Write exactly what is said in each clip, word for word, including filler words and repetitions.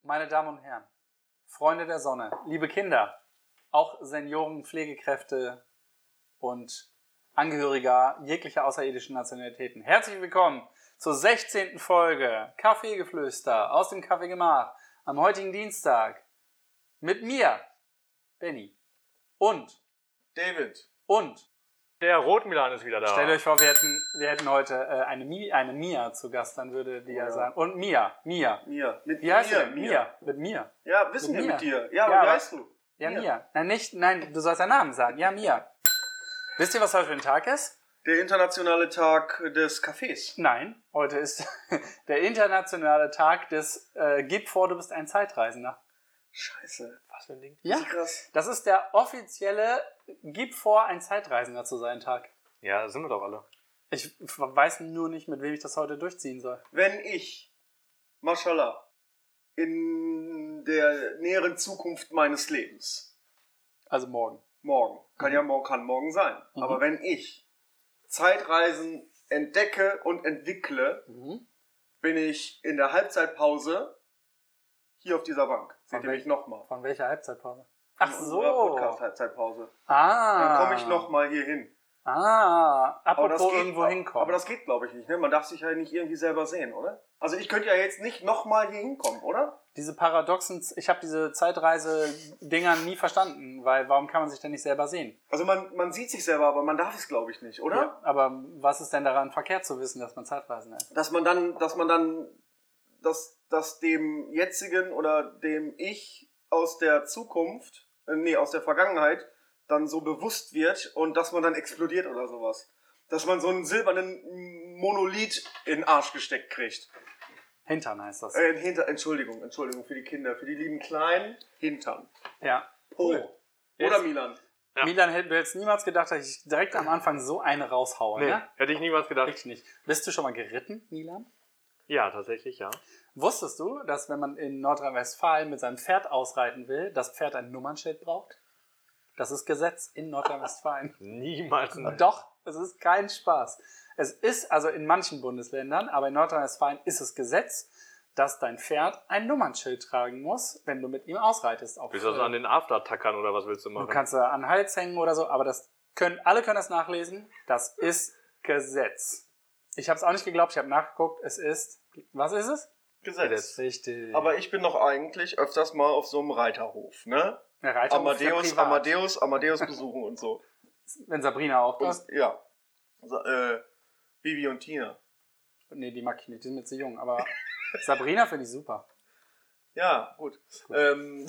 Meine Damen und Herren, Freunde der Sonne, liebe Kinder, auch Senioren, Pflegekräfte und Angehöriger jeglicher außerirdischen Nationalitäten. Herzlich willkommen zur sechzehnten Folge Kaffeegeflüster aus dem Kaffeegemach am heutigen Dienstag mit mir, Benny, und David und der Rotmilan ist wieder da. Stellt euch vor, wir hätten, wir hätten heute äh, eine, Mi, eine Mia zu Gast, dann würde die ja, ja sagen. Und Mia, Mia. Mia. Mit wie heißt Mia, du denn? Mia. Mia. Mit mir. Ja, wissen mit wir Mia. mit dir. Ja, ja wie heißt du? Ja, Mia. Mia. Nein, nicht, nein, du sollst deinen Namen sagen. Ja, Mia. Wisst ihr, was heute für ein Tag ist? Der internationale Tag des Kaffees. Nein, heute ist der internationale Tag des äh, Gib vor, du bist ein Zeitreisender. Scheiße. Was für ein Ding? Ja, krass. Das ist der offizielle Gib vor, ein Zeitreisender zu sein Tag. Ja, das sind wir doch alle. Ich weiß nur nicht, mit wem ich das heute durchziehen soll. Wenn ich, Mashallah, in der näheren Zukunft meines Lebens, also morgen, morgen, kann mhm. ja morgen, kann morgen sein, mhm. aber wenn ich Zeitreisen entdecke und entwickle, mhm. bin ich in der Halbzeitpause hier auf dieser Bank. Seht ihr mich nochmal. Von welcher Halbzeitpause? Ach so. Podcast-Halbzeitpause. Ah. Dann komme ich nochmal hier hin. Ah, apropos geht, irgendwo hinkommen. Aber das geht, glaube ich, nicht. Ne? Man darf sich ja nicht irgendwie selber sehen, oder? Also ich könnte ja jetzt nicht nochmal hier hinkommen, oder? Diese Paradoxen, ich habe diese Zeitreise-Dinger nie verstanden, weil warum kann man sich denn nicht selber sehen? Also man, man sieht sich selber, aber man darf es, glaube ich, nicht, oder? Ja, aber was ist denn daran verkehrt zu wissen, dass man Zeitreisen ist? Dass man dann, dass man dann, dass, dass dem jetzigen oder dem Ich aus der Zukunft, äh, nee, aus der Vergangenheit, dann so bewusst wird und dass man dann explodiert oder sowas. Dass man so einen silbernen Monolith in den Arsch gesteckt kriegt. Hintern heißt das. Äh, hinter, Entschuldigung, Entschuldigung für die Kinder, für die lieben Kleinen, Hintern. Ja. Po. Cool. Oder Milan. Ja. Milan, du hättest niemals gedacht, dass ich direkt am Anfang so eine raushaue, nee, ne? Hätte ich niemals gedacht. Ich nicht. Bist du schon mal geritten, Milan? Ja, tatsächlich, ja. Wusstest du, dass wenn man in Nordrhein-Westfalen mit seinem Pferd ausreiten will, das Pferd ein Nummernschild braucht? Das ist Gesetz in Nordrhein-Westfalen. Niemals. Nein. Doch, es ist kein Spaß. Es ist also in manchen Bundesländern, aber in Nordrhein-Westfalen ist es Gesetz, dass dein Pferd ein Nummernschild tragen muss, wenn du mit ihm ausreitest. Willst du das an den After tackern oder was willst du machen? Du kannst da an den Hals hängen oder so, aber das können, alle können das nachlesen. Das ist Gesetz. Ich habe es auch nicht geglaubt, ich habe nachgeguckt. Es ist, was ist es? Gesetz. Richtig. Aber ich bin doch eigentlich öfters mal auf so einem Reiterhof, ne? Der Reiterhof Amadeus, ja Amadeus, Amadeus besuchen und so. Wenn Sabrina auch das? Ja. Also, äh, Vivi und Tina. Nee, die mag ich nicht, die sind mir zu jung, aber Sabrina finde ich super. Ja, gut. gut. Ähm,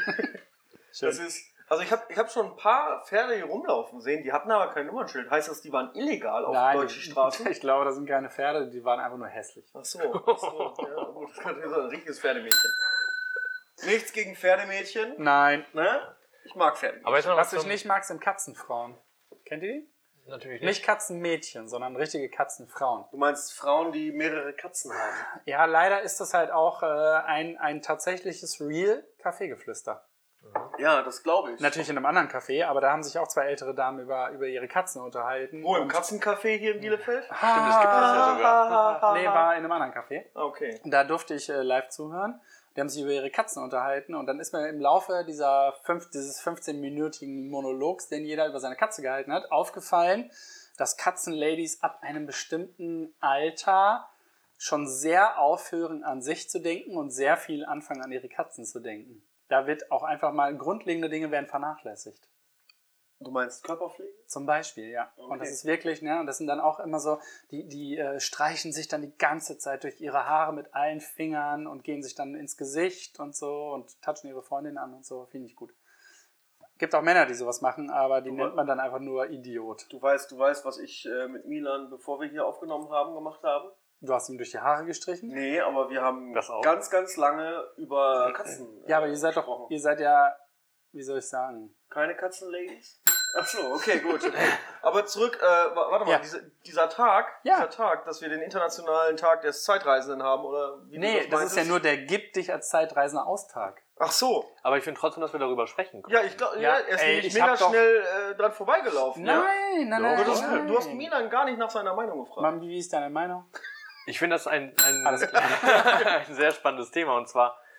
das ist, also ich habe ich hab schon ein paar Pferde hier rumlaufen sehen, die hatten aber kein Nummernschild. Heißt das, die waren illegal auf Nein, deutschen Straßen? Ich glaube, das sind keine Pferde, die waren einfach nur hässlich. Ach so, ach so. Ja, gut, das könnte sein, ein richtiges Pferdemädchen. Nichts gegen Pferdemädchen. Nein. Ne? Ich mag Pferdemädchen. Aber was ich nicht mag, sind Katzenfrauen. Kennt ihr die? Natürlich nicht. Nicht Katzenmädchen, sondern richtige Katzenfrauen. Du meinst Frauen, die mehrere Katzen haben? Ja, leider ist das halt auch äh, ein, ein tatsächliches Real-Kaffeegeflüster. Ja, das glaube ich. Natürlich in einem anderen Café, aber da haben sich auch zwei ältere Damen über, über ihre Katzen unterhalten. Wo, im Katzencafé hier in Bielefeld? Ah, Stimmt, das gibt es ja sogar. Nee, war in einem anderen Café. Okay. Da durfte ich äh, live zuhören. Die haben sich über ihre Katzen unterhalten und dann ist mir im Laufe dieser fünf, dieses fünfzehnminütigen Monologs, den jeder über seine Katze gehalten hat, aufgefallen, dass Katzenladies ab einem bestimmten Alter schon sehr aufhören, an sich zu denken und sehr viel anfangen, an ihre Katzen zu denken. Da wird auch einfach mal grundlegende Dinge werden vernachlässigt. Du meinst Körperpflege? Zum Beispiel, ja. Okay. Und das ist wirklich, ne, und das sind dann auch immer so, die, die äh, streichen sich dann die ganze Zeit durch ihre Haare mit allen Fingern und gehen sich dann ins Gesicht und so und touchen ihre Freundin an und so, finde ich gut. Gibt auch Männer, die sowas machen, aber die du nennt man dann einfach nur Idiot. Du weißt, du weißt, was ich äh, mit Milan, bevor wir hier aufgenommen haben, gemacht habe? Du hast ihm durch die Haare gestrichen? Nee, aber wir haben das auch? ganz, ganz lange über Katzen äh, Ja, aber ihr seid gesprochen. doch, ihr seid ja, wie soll ich sagen? Keine Katzenladies? Ach so, okay, gut. Aber zurück, äh, warte mal, ja. diese, dieser Tag, ja. dieser Tag, dass wir den internationalen Tag des Zeitreisenden haben, oder wie Nee, du das, das ist ja nur der Gib dich als Zeitreisender Austag. Ach so. Aber ich finde trotzdem, dass wir darüber sprechen können. Ja, ich glaube, ja, ja, er ist ey, nämlich ich mega hab doch- schnell äh, dran vorbeigelaufen. Nein, ja? nein, nein, Aber nein. du, hast, nein. du hast Milan gar nicht nach seiner Meinung gefragt. Mami, wie ist deine Meinung? Ich finde das ein, ein, Alles klar. ein sehr spannendes Thema. Und zwar,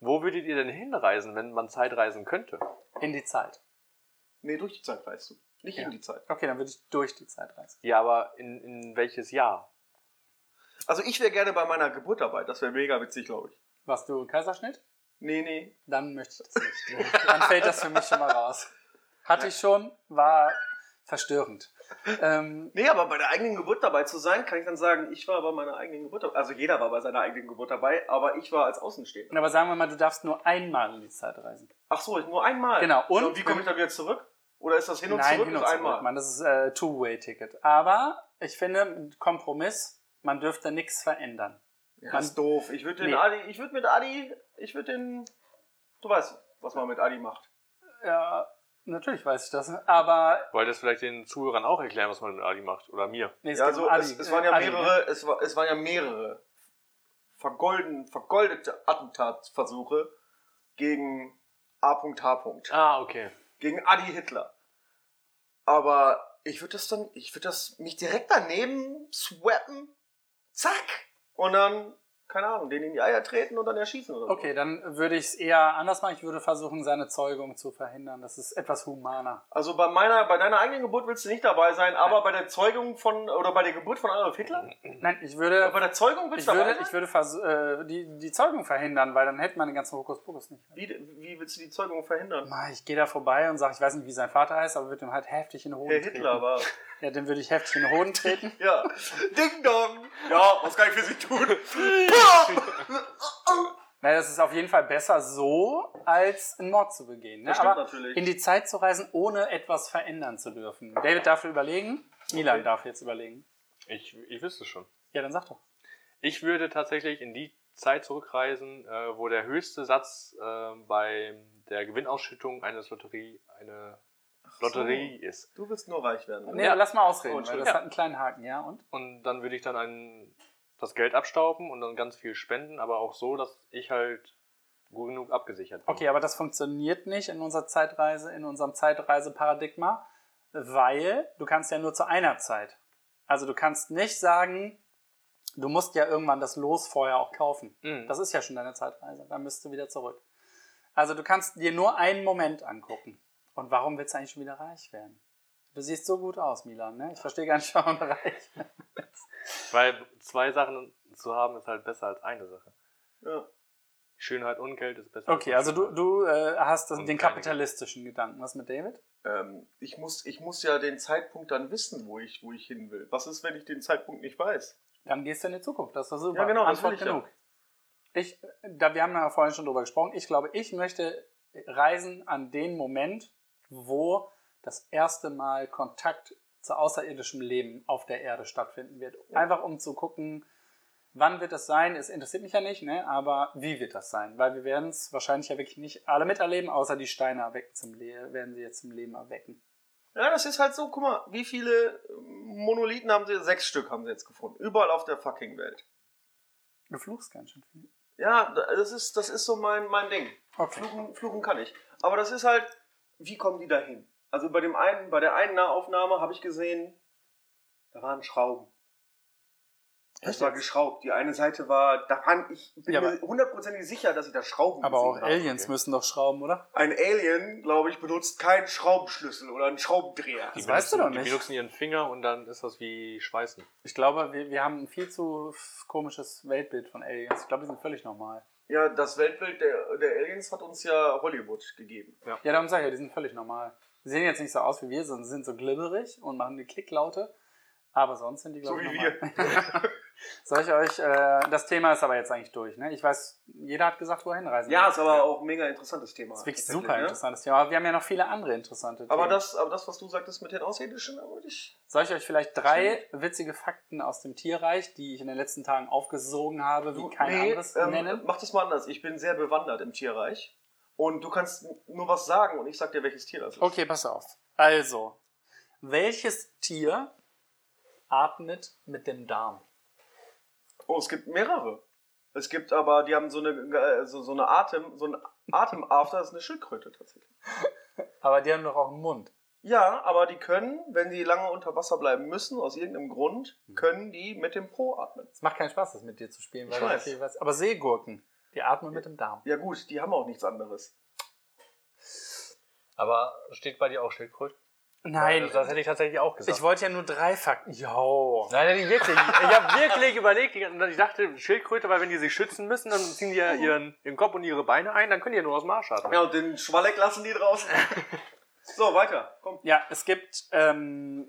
Wo würdet ihr denn hinreisen, wenn man Zeitreisen könnte? In die Zeit. Nee, durch die Zeit reist du. Nicht Ja. in die Zeit. Okay, dann würde ich durch die Zeit reisen. Ja, aber in, in welches Jahr? Also ich wäre gerne bei meiner Geburt dabei. Das wäre mega witzig, glaube ich. Warst du Kaiserschnitt? Nee, nee. Dann möchte ich das nicht. Dann fällt das für mich schon mal raus. Hatte ich schon, war verstörend. Ähm, Nee, aber bei der eigenen Geburt dabei zu sein, kann ich dann sagen, ich war bei meiner eigenen Geburt dabei. Also jeder war bei seiner eigenen Geburt dabei, aber ich war als Außenstehender. aber sagen wir mal, du darfst nur einmal in die Zeit reisen. Ach so, nur einmal. Genau, und- und wie komme ich dann wieder zurück? Oder ist das hin und Nein, zurück? hin und ist zurück, einmal. Mann, das ist äh, Two-Way-Ticket. Aber ich finde, Kompromiss, man dürfte nichts verändern. Ja, ist doof. Ich würde den Nee. Adi, ich würde mit Adi, ich würde den, du weißt, was man mit Adi macht. Ja, natürlich weiß ich das. Aber Wolltest du vielleicht den Zuhörern auch erklären, was man mit Adi macht? Oder mir? nee, es Ja, geht also um Adi, es, es waren ja äh, Adi, mehrere, es, war, es waren ja mehrere vergolden, vergoldete Attentatsversuche gegen A H. Ah, okay. Gegen Adi Hitler. Aber ich würde das dann, ich würde das mich direkt daneben swappen, zack, und dann, keine Ahnung, den in die Eier treten und dann erschießen oder so. Okay, dann würde ich es eher anders machen. Ich würde versuchen, seine Zeugung zu verhindern. Das ist etwas humaner. Also bei meiner, bei deiner eigenen Geburt willst du nicht dabei sein, aber bei der Zeugung von, oder bei der Geburt von Adolf Hitler? Nein, ich würde, Bei der Zeugung willst ich du dabei würde, sein? ich würde vers- äh, die, die Zeugung verhindern, weil dann hätte man den ganzen Hokuspokus nicht. Wie, wie willst du die Zeugung verhindern? Ma, Ich gehe da vorbei und sage, ich weiß nicht, wie sein Vater heißt, aber würde ihm halt heftig in den Hoden Herr treten. Hitler war... Ja, den würde ich heftig in den Hoden treten. Ja. Ding Dong! Ja, was kann ich für Sie tun? Naja, das ist auf jeden Fall besser so, als einen Mord zu begehen. Ne? Das stimmt Aber natürlich. in die Zeit zu reisen, ohne etwas verändern zu dürfen. David darf überlegen, Milan Okay. darf jetzt überlegen. Ich, ich wüsste es schon. Ja, dann sag doch. Ich würde tatsächlich in die Zeit zurückreisen, äh, wo der höchste Satz äh, bei der Gewinnausschüttung eines Lotterie eine Lotterie ist. Du willst nur reich werden. Nee, Ja. lass mal ausreden, Oh, weil das Entschuldigung. hat einen kleinen Haken, ja? Und? Und dann würde ich dann ein, das Geld abstauben und dann ganz viel spenden, aber auch so, dass ich halt gut genug abgesichert bin. Okay, aber das funktioniert nicht in unserer Zeitreise, in unserem Zeitreiseparadigma, weil du kannst ja nur zu einer Zeit. Also du kannst nicht sagen, du musst ja irgendwann das Los vorher auch kaufen. Mhm. Das ist ja schon deine Zeitreise, dann müsst du wieder zurück. Also du kannst dir nur einen Moment angucken. Und warum willst du eigentlich schon wieder reich werden? Du siehst so gut aus, Milan, ne? Ich verstehe gar nicht, warum du reich bist. Weil zwei Sachen zu haben ist halt besser als eine Sache. Ja. Schönheit und Geld ist besser. Okay, als also du, du äh, hast das, Und den keine kapitalistischen Gedanken. Was mit David? Ähm, ich, muss, ich muss ja den Zeitpunkt dann wissen, wo ich, wo ich hin will. Was ist, wenn ich den Zeitpunkt nicht weiß? Dann gehst du in die Zukunft. Das ist doch super. Ja, genau, das Antwort will ich ja. genug. Ich, da, wir haben ja vorhin schon drüber gesprochen. Ich glaube, ich möchte reisen an den Moment, wo das erste Mal Kontakt zu außerirdischem Leben auf der Erde stattfinden wird. Einfach um zu gucken, wann wird das sein? Es interessiert mich ja nicht, ne? Aber wie wird das sein? Weil wir werden es wahrscheinlich ja wirklich nicht alle miterleben, außer die Steine erwecken zum Le- werden sie jetzt zum Leben erwecken. Ja, das ist halt so, guck mal, wie viele Monolithen haben sie? Sechs Stück haben sie jetzt gefunden. Überall auf der fucking Welt. Du fluchst ganz schön viel. Ja, das ist, das ist so mein, mein Ding. Okay. Fluchen, fluchen kann ich. Aber das ist halt, wie kommen die da hin? Also bei dem einen, bei der einen Nahaufnahme habe ich gesehen, da waren Schrauben. Es Echt war jetzt? geschraubt. Die eine Seite war, da waren, ich bin Ja, mir aber- hundertprozentig sicher, dass ich da Schrauben Aber auch gesehen habe. Aliens müssen doch schrauben, oder? Ein Alien, glaube ich, benutzt keinen Schraubenschlüssel oder einen Schraubendreher. Das weißt du doch Die nicht. benutzen ihren Finger und dann ist das wie Schweißen. Ich glaube, wir, wir haben ein viel zu f- komisches Weltbild von Aliens. Ich glaube, die sind völlig normal. Ja, das Weltbild der, der Aliens hat uns ja Hollywood gegeben. Ja, darum sage ich ja, die sind völlig normal. Die sehen jetzt nicht so aus wie wir, sondern sind so glibberig und machen die Klicklaute. Aber sonst sind die, So glaube ich, wie normal. wir. Soll ich euch, äh, das Thema ist aber jetzt eigentlich durch, ne? Ich weiß, jeder hat gesagt, wohin reisen Ja, will. ist aber auch ein mega interessantes Thema. Das ist wirklich tatsächlich, super ne? interessantes Thema. Aber wir haben ja noch viele andere interessante Aber Themen. das, aber das, was du sagtest mit den Außerirdischen, da würde ich... Soll ich euch vielleicht drei witzige Fakten aus dem Tierreich, die ich in den letzten Tagen aufgesogen habe, wie kein Nee, anderes ähm, nennen? Mach das mal anders. Ich bin sehr bewandert im Tierreich. Und du kannst nur was sagen und ich sag dir, welches Tier das ist. Okay, pass auf. Also, welches Tier atmet mit dem Darm? Oh, es gibt mehrere. Es gibt aber, die haben so eine, äh, so, so eine Atem, so ein Atemafter, das ist eine Schildkröte tatsächlich. Aber die haben doch auch einen Mund. Ja, aber die können, wenn die lange unter Wasser bleiben müssen, aus irgendeinem Grund, können die mit dem Po atmen. Es macht keinen Spaß, das mit dir zu spielen. Weil Ich du weiß. viel weißt. Aber Seegurken. Die atmen mit dem Darm. Ja gut, die haben auch nichts anderes. Aber steht bei dir auch Schildkröte? Nein, Das, das hätte ich tatsächlich auch gesagt. ich wollte ja nur drei Fakten. Jo. Nein, nein, wirklich. Ich habe wirklich überlegt. Ich dachte, Schildkröte, weil wenn die sich schützen müssen, dann ziehen die ja ihren, ihren Kopf und ihre Beine ein, dann können die ja nur aus dem Marsch atmen. Ja, und den Schwalleck lassen die draußen. So, weiter. Komm. Ja, es gibt. Ähm,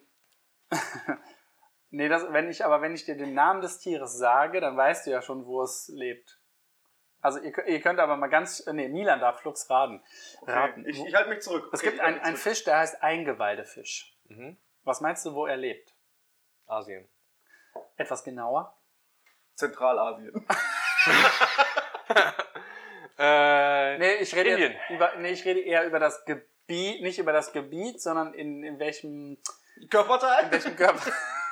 nee, das, wenn ich, aber wenn ich dir den Namen des Tieres sage, dann weißt du ja schon, wo es lebt. Also ihr, ihr könnt aber mal ganz. Nee, Milan darf flugs raten. raten. Okay. Ich, ich halte mich zurück. Es Okay, gibt ich halt einen mich zurück. Fisch, der heißt Eingeweidefisch. Mhm. Was meinst du, wo er lebt? Asien. Etwas genauer? Zentralasien. Äh, Nee, ich rede, Indien. jetzt über, nee, ich rede eher über das Gebiet, nicht über das Gebiet, sondern in, in welchem, Körperteil? in welchem Körper.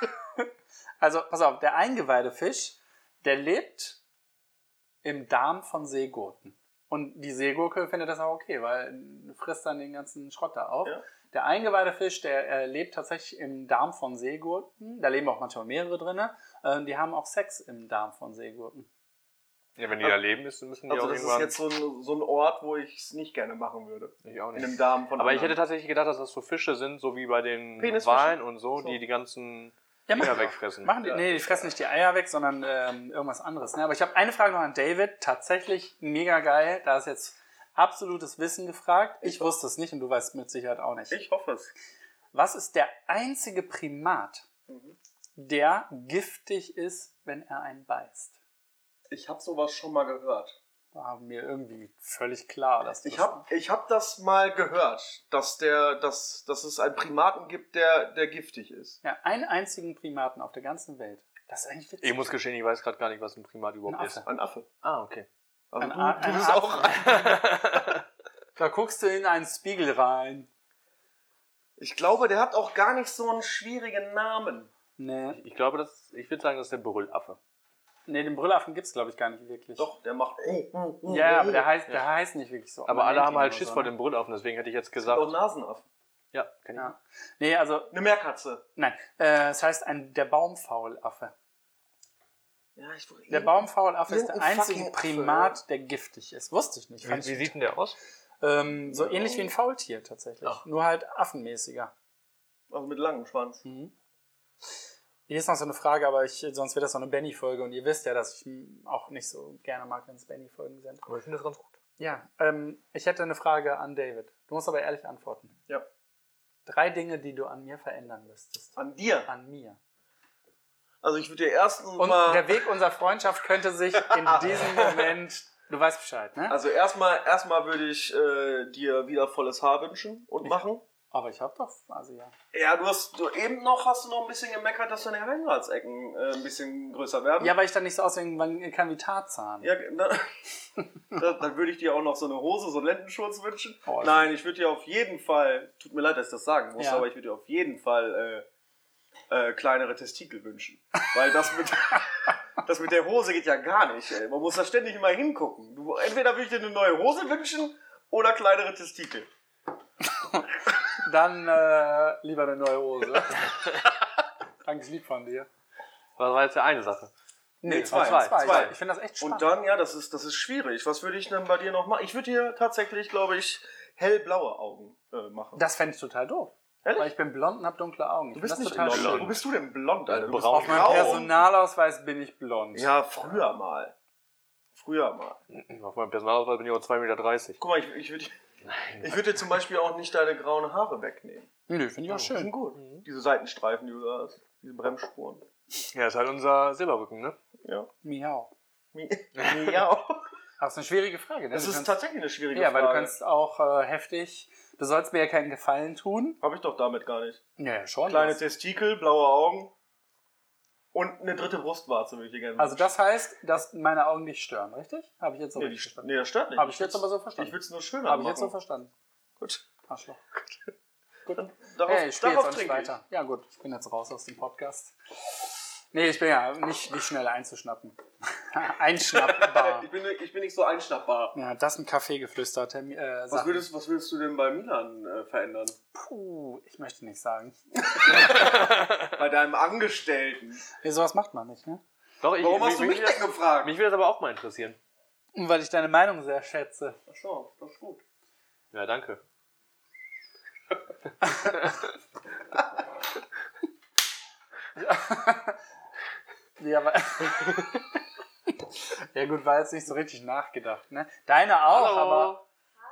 Also, pass auf, der Eingeweidefisch, der lebt im Darm von Seegurken. Und die Seegurke findet das auch okay, weil du frisst dann den ganzen Schrott da auf. Ja. Der Eingeweidefisch, der äh, lebt tatsächlich im Darm von Seegurken. Da leben auch manchmal mehrere drin. Äh, die haben auch Sex im Darm von Seegurken. Ja, wenn die da leben, müssen müssen die Also auch das ist irgendwann... jetzt so ein, so ein Ort, wo ich es nicht gerne machen würde. Ich auch In nicht. einem Darm von Aber ich hätte anderen. tatsächlich gedacht, dass das so Fische sind, so wie bei den Penisfische? Walen und so, So. die die ganzen Ja, Dinger machen- wegfressen. Machen die, nee, die fressen nicht die Eier weg, sondern ähm, irgendwas anderes. Ne? Aber ich habe eine Frage noch an David. Tatsächlich mega geil. Da ist jetzt absolutes Wissen gefragt. Ich wusste es nicht und du weißt mit Sicherheit auch nicht. Ich hoffe es. Was ist der einzige Primat, Mhm. der giftig ist, wenn er einen beißt? Ich habe sowas schon mal gehört. War mir irgendwie völlig klar, dass Ich das- habe ich hab das mal gehört, dass, der, dass, dass es einen Primaten gibt, der, der giftig ist. ja, einen einzigen Primaten auf der ganzen Welt. Das ist eigentlich witzig. Ich muss gestehen, ich weiß gerade gar nicht, was ein Primat überhaupt Ein ist. Affe. Ein Affe. Ah, okay. Also Ein du, A- du ein bist Affe. auch. Da guckst du in einen Spiegel rein. Ich glaube, der hat auch gar nicht so einen schwierigen Namen. Nee, Ich glaube, das, ich würde sagen, das ist der Brüllaffe. nee den Brüllaffen gibt es, glaube ich, gar nicht wirklich. Doch, der macht. Ja, aber der heißt, der heißt nicht wirklich so. Aber Man alle nennt haben ihn halt nur Schiss so, vor ne? dem Brüllaffen, deswegen hätte ich jetzt Auch gesagt. Nasenaffen. Ja, kenn ich. Ja. Nee, also, Eine Meerkatze. nein. Äh, es heißt ein, der Baumfaulaffe. Ja, ich Der Baumfaulaffe ist der Irgendein einzige fucking Affe, Primat, der giftig ist. Wusste ich nicht. Wie, Fand wie ich sieht denn der aus? ähm, so ähnlich wie ein Faultier tatsächlich. Ach. Nur halt affenmäßiger. Also mit langem Schwanz. Hier ist noch so eine Frage, aber ich, sonst wird das so eine Benny-Folge. Und ihr wisst ja, dass ich hm, auch nicht so gerne mag, wenn es Benny-Folgen sind. Aber ich finde das ganz gut. Ja, ähm, ich hätte eine Frage an David. Du musst aber ehrlich antworten. Ja. Drei Dinge, die du an mir verändern müsstest. An dir. An mir. Also ich würde dir erstens Und mal. der Weg unserer Freundschaft könnte sich in diesem Moment, du weißt Bescheid, ne? Also erstmal, erstmal würde ich äh, dir wieder volles Haar wünschen und machen. Aber ich hab doch, also ja. Ja, du hast du eben noch hast du noch ein bisschen gemeckert, dass deine Reinradsecken äh, ein bisschen größer werden. Ja, weil ich dann nicht so aussehen kann wie Tarzan. Ja, na, da, dann würde ich dir auch noch so eine Hose, so einen Lendenschurz wünschen. Oh, ich- Nein, ich würde dir auf jeden Fall, tut mir leid, dass ich das sagen muss, Ja. aber ich würde dir auf jeden Fall äh, äh, kleinere Testikel wünschen. Weil das mit, das mit der Hose geht ja gar nicht, ey. Man muss da ständig immer hingucken. Du, entweder würde ich dir eine neue Hose wünschen oder kleinere Testikel. Dann äh, lieber eine neue Hose. Danke, ist lieb von dir. Das war jetzt ja eine Sache. Nee, zwei, zwei, zwei. zwei. Ich finde das echt spannend. Und dann, ja, das ist, das ist schwierig. Was würde ich denn bei dir noch machen? Ich würde dir tatsächlich, glaube ich, hellblaue Augen äh, machen. Das fände ich total doof. Ehrlich? Weil ich bin blond und habe dunkle Augen. Ich Du bist find nicht das total blond. schön. Wo bist du denn blond, Alter? Du bist Braun. Auf meinem grau. Personalausweis bin ich blond. Ja, früher mal. Früher mal. Auf meinem Personalausweis bin ich auch zwei Meter dreißig. Guck mal, ich, ich würde ich würd dir zum Beispiel auch nicht deine grauen Haare wegnehmen. Nö, finde ich auch Die sind schön. gut. Diese Seitenstreifen, die du da hast. Diese Bremsspuren. Ja, ist halt unser Silberrücken, ne? Ja. Miau. Mi- Miau. Aber es ist eine schwierige Frage, ne? Das Du ist kannst- tatsächlich eine schwierige Ja, Frage. weil du kannst auch äh, heftig. Du sollst mir ja keinen Gefallen tun. Habe ich doch damit gar nicht. Ja, ja schon. Kleine was. Testikel, blaue Augen und eine dritte Brustwarze würde ich dir gerne Also das heißt, dass meine Augen dich stören, richtig? Habe ich jetzt so nee, die, richtig verstanden. nee, das stört nicht. Habe ich jetzt aber so verstanden. Ich würde es nur schöner Habe ich machen. jetzt so verstanden. Gut. Arschloch. Gut. Darauf, Hey, ich spiele darauf jetzt auch nicht trinke weiter. Ja gut, ich bin jetzt raus aus dem Podcast. Nee, ich bin ja nicht, nicht schnell einzuschnappen. Einschnappbar. Ich. Ich, bin, ich bin nicht so einschnappbar. Ja, das im Café geflüstert. Äh, Was Sachen. würdest, was würdest du denn bei Milan äh, verändern? Puh, ich möchte nicht sagen. Bei deinem Angestellten. Nee, sowas macht man nicht, ne? Doch, ich, Warum hast du mich, mich mich, denn gefragt? mich würde das aber auch mal interessieren. Und weil ich deine Meinung sehr schätze. Ach so, das ist gut. Ja, danke. Ja, aber ja gut, war jetzt nicht so richtig nachgedacht, ne? Deine auch, Hallo. aber...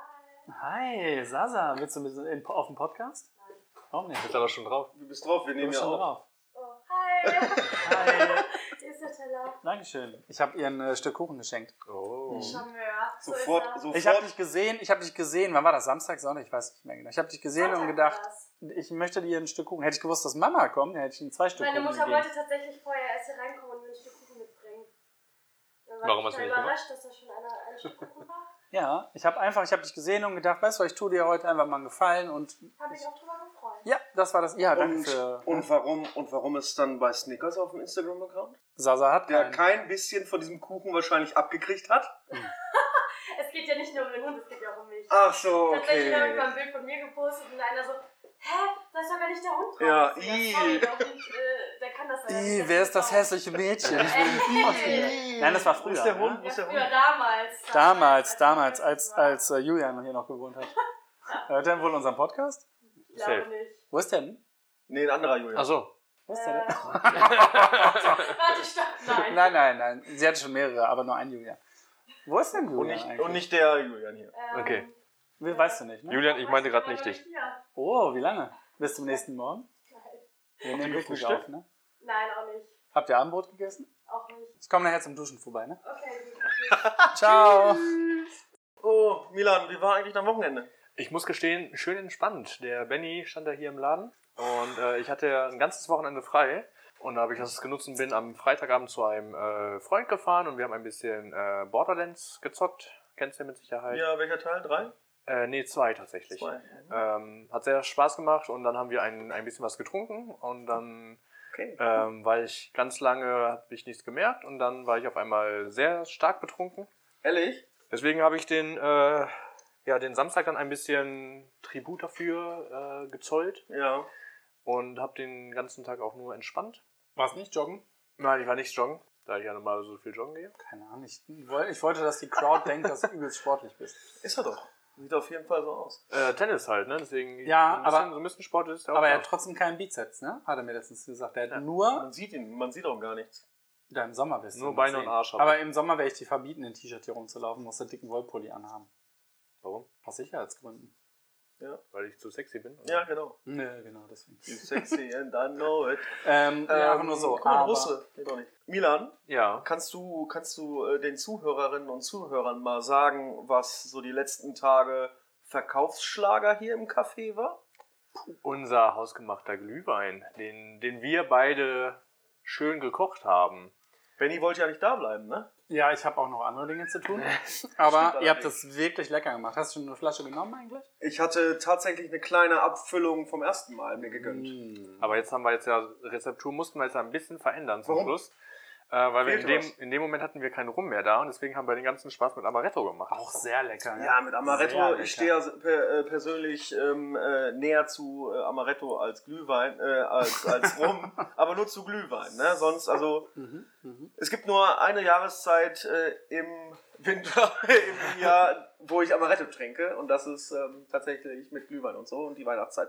Hi, Sasa, willst du mit in, auf dem Podcast? Nein. Auch nicht. Bist aber schon drauf. Du bist drauf, wir Du nehmen bist ja schon auf. drauf. Oh, hi. Hi. Hier ist der Teller. Dankeschön. Ich habe ihr ein äh, Stück Kuchen geschenkt. Oh. Charmeur. So Sofort, ist er. sofort. Ich habe dich gesehen, ich habe dich gesehen, wann war das? Samstag, Sonntag? Ich weiß nicht mehr genau. Ich habe dich gesehen Sonntag und gedacht, war das. ich möchte dir ein Stück Kuchen. Hätte ich gewusst, dass Mama kommt, dann hätte ich ihnen zwei Stück Meine Kuchen Mutter gegeben. wollte tatsächlich vorher erst hier reinkommen und mir ein Stück Kuchen mitbringen. Dann war Warum ich hast du total nicht überrascht, dass da schon einer ein Stück Kuchen war. Ja, ich habe einfach, ich habe dich gesehen und gedacht, weißt du, ich tue dir heute einfach mal einen Gefallen und Habe ich auch drüber gefreut. ja, das war das. Ja, danke Und, für. und, warum, und warum ist dann bei Snickers auf dem Instagram-Account? Sasa hat Der keinen. kein bisschen von diesem Kuchen wahrscheinlich abgekriegt hat. Es geht ja nicht nur um den Hund, es geht ja auch um mich. Ach so, Tatsächlich habe ich mal okay. ein Bild von mir gepostet und einer so, hä, da ist doch gar nicht der Hund drauf. Ja, Ich so, ih. sorry, der Hund, äh, der kann das ja Ih, nicht. wer ist das hässliche Mädchen? Ich will ihn Ey. Nein, das war Wo früher. ist der Hund? Ne? Wo ist Ja, der früher Hund? damals. Damals, damals, ich als, war. als äh, Julian hier noch gewohnt hat. Hört er wohl unseren Podcast? Ich glaube Safe. nicht. Wo ist der denn? Nee, ein anderer Julian. Achso. Wo ist Äh, der denn? Warte, stopp, nein. Nein, nein, nein. Sie hatte schon mehrere, aber nur ein Julian. Wo ist denn Julian Und nicht, eigentlich? und nicht der Julian hier. Ähm, Okay. Wie, weißt du nicht, ne? Julian, ich meinte gerade nicht Nein. dich. Oh, wie lange? Bis zum nächsten Morgen? Wir nehmen wirklich gefrühstückt? auf, ne? Nein, auch nicht. Habt ihr Abendbrot gegessen? Auch nicht. Ich komme nachher zum Duschen vorbei, ne? Okay, gut. Ciao! Oh, Milan, wie war eigentlich dein Wochenende? Ich muss gestehen, schön entspannt. Der Benny stand da hier im Laden und äh, ich hatte ein ganzes Wochenende frei. Und da habe ich das genutzt und bin am Freitagabend zu einem äh, Freund gefahren und wir haben ein bisschen äh, Borderlands gezockt. Kennst du ja mit Sicherheit? Ja, welcher Teil? Drei? Äh, nee, zwei tatsächlich. Zwei. Ähm, hat sehr Spaß gemacht und dann haben wir ein, ein bisschen was getrunken und dann Okay. ähm, war ich ganz lange, habe ich nichts gemerkt und dann war ich auf einmal sehr stark betrunken. Ehrlich? Deswegen habe ich den, äh, ja, den Samstag dann ein bisschen Tribut dafür äh, gezollt Ja. und habe den ganzen Tag auch nur entspannt. Warst nicht joggen? Nein, ich war nicht joggen, da ich ja normal so viel joggen gehe. Keine Ahnung. Ich, woll- ich wollte, dass die Crowd denkt, dass du übelst sportlich bist. Ist er doch. Sieht auf jeden Fall so aus. Äh, Tennis halt, ne? Deswegen Ja, so ein bisschen, aber- so ein bisschen Sport ist ja auch Aber er da. hat trotzdem keinen Bizeps, ne? Hat er mir letztens gesagt. Er hat Ja. nur. Man sieht ihn, man sieht auch gar nichts. Ja, im Sommer wirst du Nur ihn Beine sehen. und Arsch, aber- Aber im Sommer werde ich dir verbieten, in T-Shirt hier rumzulaufen, musst du einen dicken Wollpulli anhaben. Warum? Aus Sicherheitsgründen. Weil ich zu sexy bin? oder? Ja, genau. Nö, genau, deswegen. You sexy and I know it. Ähm, ja, einfach nur so. Guck mal, aber- Russe. Geht doch nicht. Milan, Ja. kannst du, kannst du äh, den Zuhörerinnen und Zuhörern mal sagen, was so die letzten Tage Verkaufsschlager hier im Café war? Unser hausgemachter Glühwein, den, den wir beide schön gekocht haben. Benny wollte ja nicht da bleiben, ne? Ja, ich habe auch noch andere Dinge zu tun. Aber Stimmt ihr habt allerdings. das wirklich lecker gemacht. Hast du schon eine Flasche genommen eigentlich? Ich hatte tatsächlich eine kleine Abfüllung vom ersten Mal mir gegönnt. Mm. Aber jetzt haben wir jetzt ja, Rezeptur mussten wir jetzt ein bisschen verändern zum Warum? Schluss. Äh, weil wir in Fehlte dem, in dem Moment hatten wir keinen Rum mehr da und deswegen haben wir den ganzen Spaß mit Amaretto gemacht. Auch sehr lecker. Ne? Ja, mit Sehr Amaretto, lecker. ich stehe ja per, äh, persönlich ähm, äh, näher zu äh, Amaretto als Glühwein, äh, als, als Rum, aber nur zu Glühwein, ne? Sonst, also, Mhm, mhm. es gibt nur eine Jahreszeit äh, im Winter, im Jahr, wo ich Amaretto trinke und das ist ähm, tatsächlich mit Glühwein und so und die Weihnachtszeit.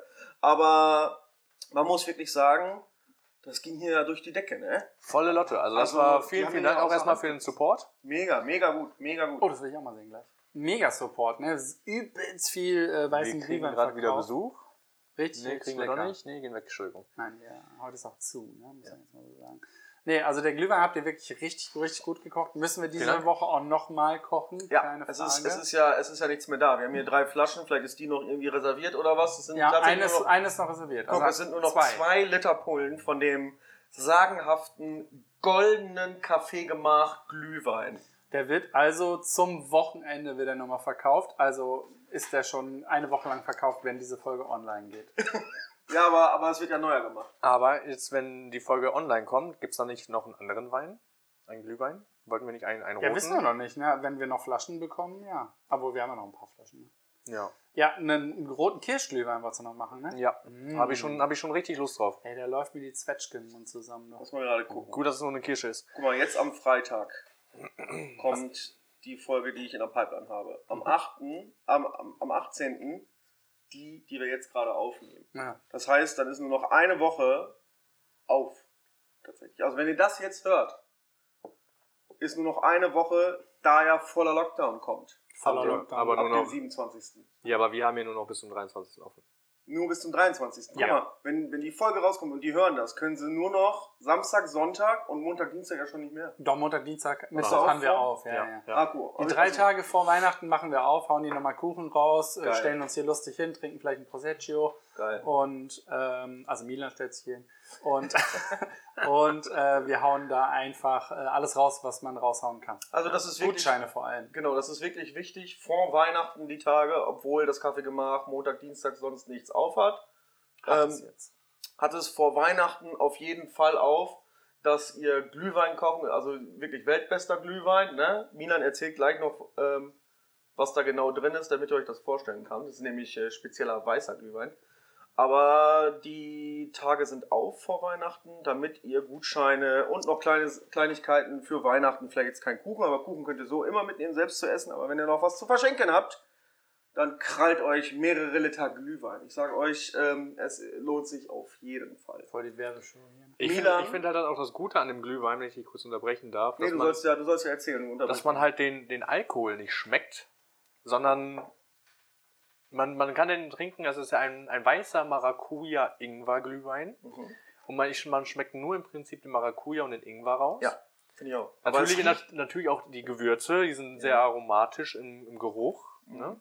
Aber man muss wirklich sagen, das ging hier ja durch die Decke, ne? Volle Lotte. Also das Also, war die vielen, haben vielen ja Dank auch außer erstmal Hand für den Support. Mega, mega gut, mega gut. Oh, das will ich auch mal sehen gleich. Mega Support, ne? Es ist übelst viel äh, weißen Wir kriegen Glühwein gerade wieder verkauft. Besuch. Richtig, Nee, richtig kriegen wir lecker. noch nicht. Nee, gehen weg, Entschuldigung. Nein, ja, heute ist auch zu, ne? Muss man jetzt mal so sagen. Nee, also der Glühwein habt ihr wirklich richtig, richtig gut gekocht. Müssen wir diese Vielen Dank. Woche auch nochmal kochen? Ja, Keine es Frage. ist, es, ist ja, es ist ja nichts mehr da. Wir haben hier drei Flaschen, vielleicht ist die noch irgendwie reserviert oder was. Es sind ja, tatsächlich eines, nur noch, eines noch reserviert. guck, Also es sind nur noch zwei. Liter Pullen von dem sagenhaften, goldenen Kaffeegemach Glühwein. Der wird also zum Wochenende wieder nochmal verkauft. Also ist der schon eine Woche lang verkauft, wenn diese Folge online geht. Ja, aber, aber es wird ja neuer gemacht. Aber jetzt, wenn die Folge online kommt, gibt es da nicht noch einen anderen Wein? Einen Glühwein? Wollten wir nicht einen, einen Ja, roten? wissen wir noch nicht, ne? Wenn wir noch Flaschen bekommen, ja. Aber wir haben ja noch ein paar Flaschen. Ne? Ja. Ja, einen, einen roten Kirschglühwein wolltest du noch machen, ne? Ja. Mm. Habe ich, schon- hab ich schon richtig Lust drauf. Ey, da läuft mir die Zwetschge im Mund zusammen. Noch. Muss man gerade gucken. Gut, dass es nur eine Kirsche ist. Guck mal, jetzt am Freitag kommt die Folge, die ich in der Pipeline habe. Am achten am, am, am achtzehnten die, die wir jetzt gerade aufnehmen. Ja. Das heißt, dann ist nur noch eine Woche auf. Tatsächlich. Also wenn ihr das jetzt hört, ist nur noch eine Woche, da ja voller Lockdown kommt. Voller Aber- Lockdown. aber- Ab nur noch- dem siebenundzwanzigsten Ja, aber wir haben hier nur noch bis zum dreiundzwanzigsten offen. Nur bis zum dreiundzwanzigsten Ja. Guck mal, wenn, wenn die Folge rauskommt und die hören das, können sie nur noch Samstag, Sonntag und Montag, Dienstag ja schon nicht mehr. Doch, Montag, Dienstag, du Mittwoch auch haben wir vor? auf. Ja, Ja. ja. Ja. Ah, cool. Die Aber drei ich- Tage vor Weihnachten machen wir auf, hauen die nochmal Kuchen raus, äh, Geil. stellen uns hier lustig hin, trinken vielleicht ein Prosecco. Geil. Und, ähm, also Milan stellt sich hier hin. Und, und äh, wir hauen da einfach äh, alles raus, was man raushauen kann. Also das ist wirklich, Gutscheine vor allem. genau, das ist wirklich wichtig, vor Weihnachten die Tage, obwohl das Kaffeegemach Montag, Dienstag sonst nichts auf hat. Hat Ähm, es jetzt. hat es vor Weihnachten auf jeden Fall auf, dass ihr Glühwein kaufen, also wirklich weltbester Glühwein. Ne? Milan erzählt gleich noch, ähm, was da genau drin ist, damit ihr euch das vorstellen kann. Das ist nämlich äh, spezieller weißer Glühwein. Aber die Tage sind auf vor Weihnachten, damit ihr Gutscheine und noch kleine Kleinigkeiten für Weihnachten, vielleicht jetzt kein Kuchen, aber Kuchen könnt ihr so immer mitnehmen, selbst zu essen. Aber wenn ihr noch was zu verschenken habt, dann krallt euch mehrere Liter Glühwein. Ich sage euch, ähm, es lohnt sich auf jeden Fall. Voll die Werbeshow hier. Ich Milan? finde ich find halt auch das Gute an dem Glühwein, wenn ich dich kurz unterbrechen darf, Nee, dass, du man, sollst ja, du sollst ja erzählen. dass man halt den, den Alkohol nicht schmeckt, sondern man, man kann den trinken, also es ist ja ein, ein weißer Maracuja-Ingwer-Glühwein. Mhm. Und man, ich, man schmeckt nur im Prinzip den Maracuja und den Ingwer raus. Ja, finde ich auch. Natürlich, es riecht- nat natürlich auch die Gewürze, die sind sehr aromatisch im, im Geruch. Ne?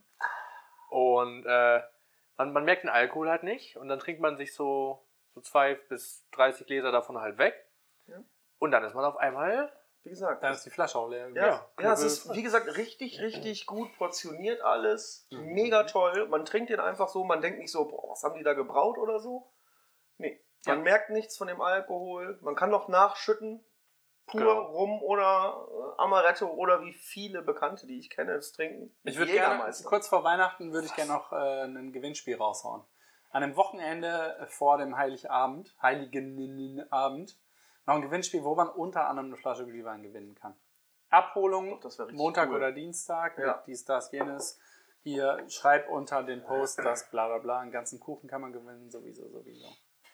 Und äh, man, man merkt den Alkohol halt nicht und dann trinkt man sich so, so zwei bis dreißig Gläser davon halt weg. Ja. Und dann ist man auf einmal... wie gesagt, Dann ist die Flasche auch leer. ja, ja, Ja, es ist, wie gesagt, richtig, richtig gut portioniert alles. Mega toll. Man trinkt den einfach so, man denkt nicht so, boah, was haben die da gebraut oder so. Nee, man Ja. merkt nichts von dem Alkohol. Man kann noch nachschütten. Pur, Genau. Rum oder äh, Amaretto oder wie viele Bekannte, die ich kenne, das trinken. Ich würde gerne, Jägermeister. kurz vor Weihnachten würde ich gerne noch äh, ein Gewinnspiel raushauen. An einem Wochenende vor dem Heiligabend, Heiligen Abend, noch ein Gewinnspiel, wo man unter anderem eine Flasche Glühwein gewinnen kann. Abholung, Doch, das wär richtig Montag cool. oder Dienstag, Ja. mit dies, das, jenes. Hier, schreib unter den Post, das bla bla bla, einen ganzen Kuchen kann man gewinnen, sowieso, sowieso.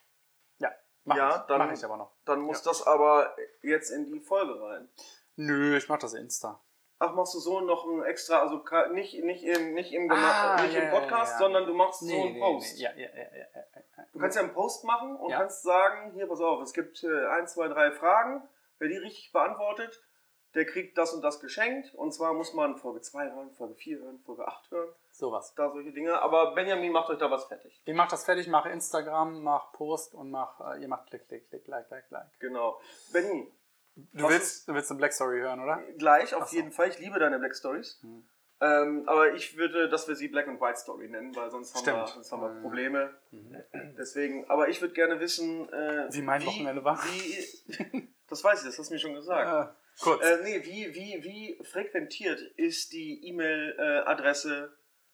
Ja, mach Ja, ich, dann- mach ich aber noch. Dann muss das aber jetzt in die Folge rein. Nö, ich mach das Insta. Ach, machst du so noch ein extra, also ka- nicht, nicht, im, nicht, im, Gema- Ah, nicht ja, im ja, Podcast, ja. sondern du machst so Nee, einen nee, Post. nee, ja, ja, ja, ja, ja, ja. Du kannst ja einen Post machen und Ja. kannst sagen, hier, pass auf, es gibt äh, ein, zwei, drei Fragen. Wer die richtig beantwortet, der kriegt das und das geschenkt. Und zwar muss man Folge zwei hören, Folge vier hören, Folge acht hören. Sowas. Da solche Dinge. Aber Benjamin macht euch da was fertig. Ich mach das fertig, mach Instagram, mach Post und mach, äh, ihr macht Klick, Klick, Klick, Like, Like, Like. Genau. Benny, Du Was willst, du willst eine Black Story hören, oder? gleich auf Ach so. jeden Fall. Ich liebe deine Black Stories. Mhm. Ähm, aber ich würde, dass wir sie Black and White Story nennen, weil sonst haben, wir, Stimmt. sonst haben wir Mhm. Probleme. Deswegen, aber ich würde gerne wissen, äh, Wie mein Wochenende war. Wie, das weiß ich, das hast du mir schon gesagt. Äh, kurz. Äh, nee, wie, wie, wie frequentiert ist die E-Mail-Adresse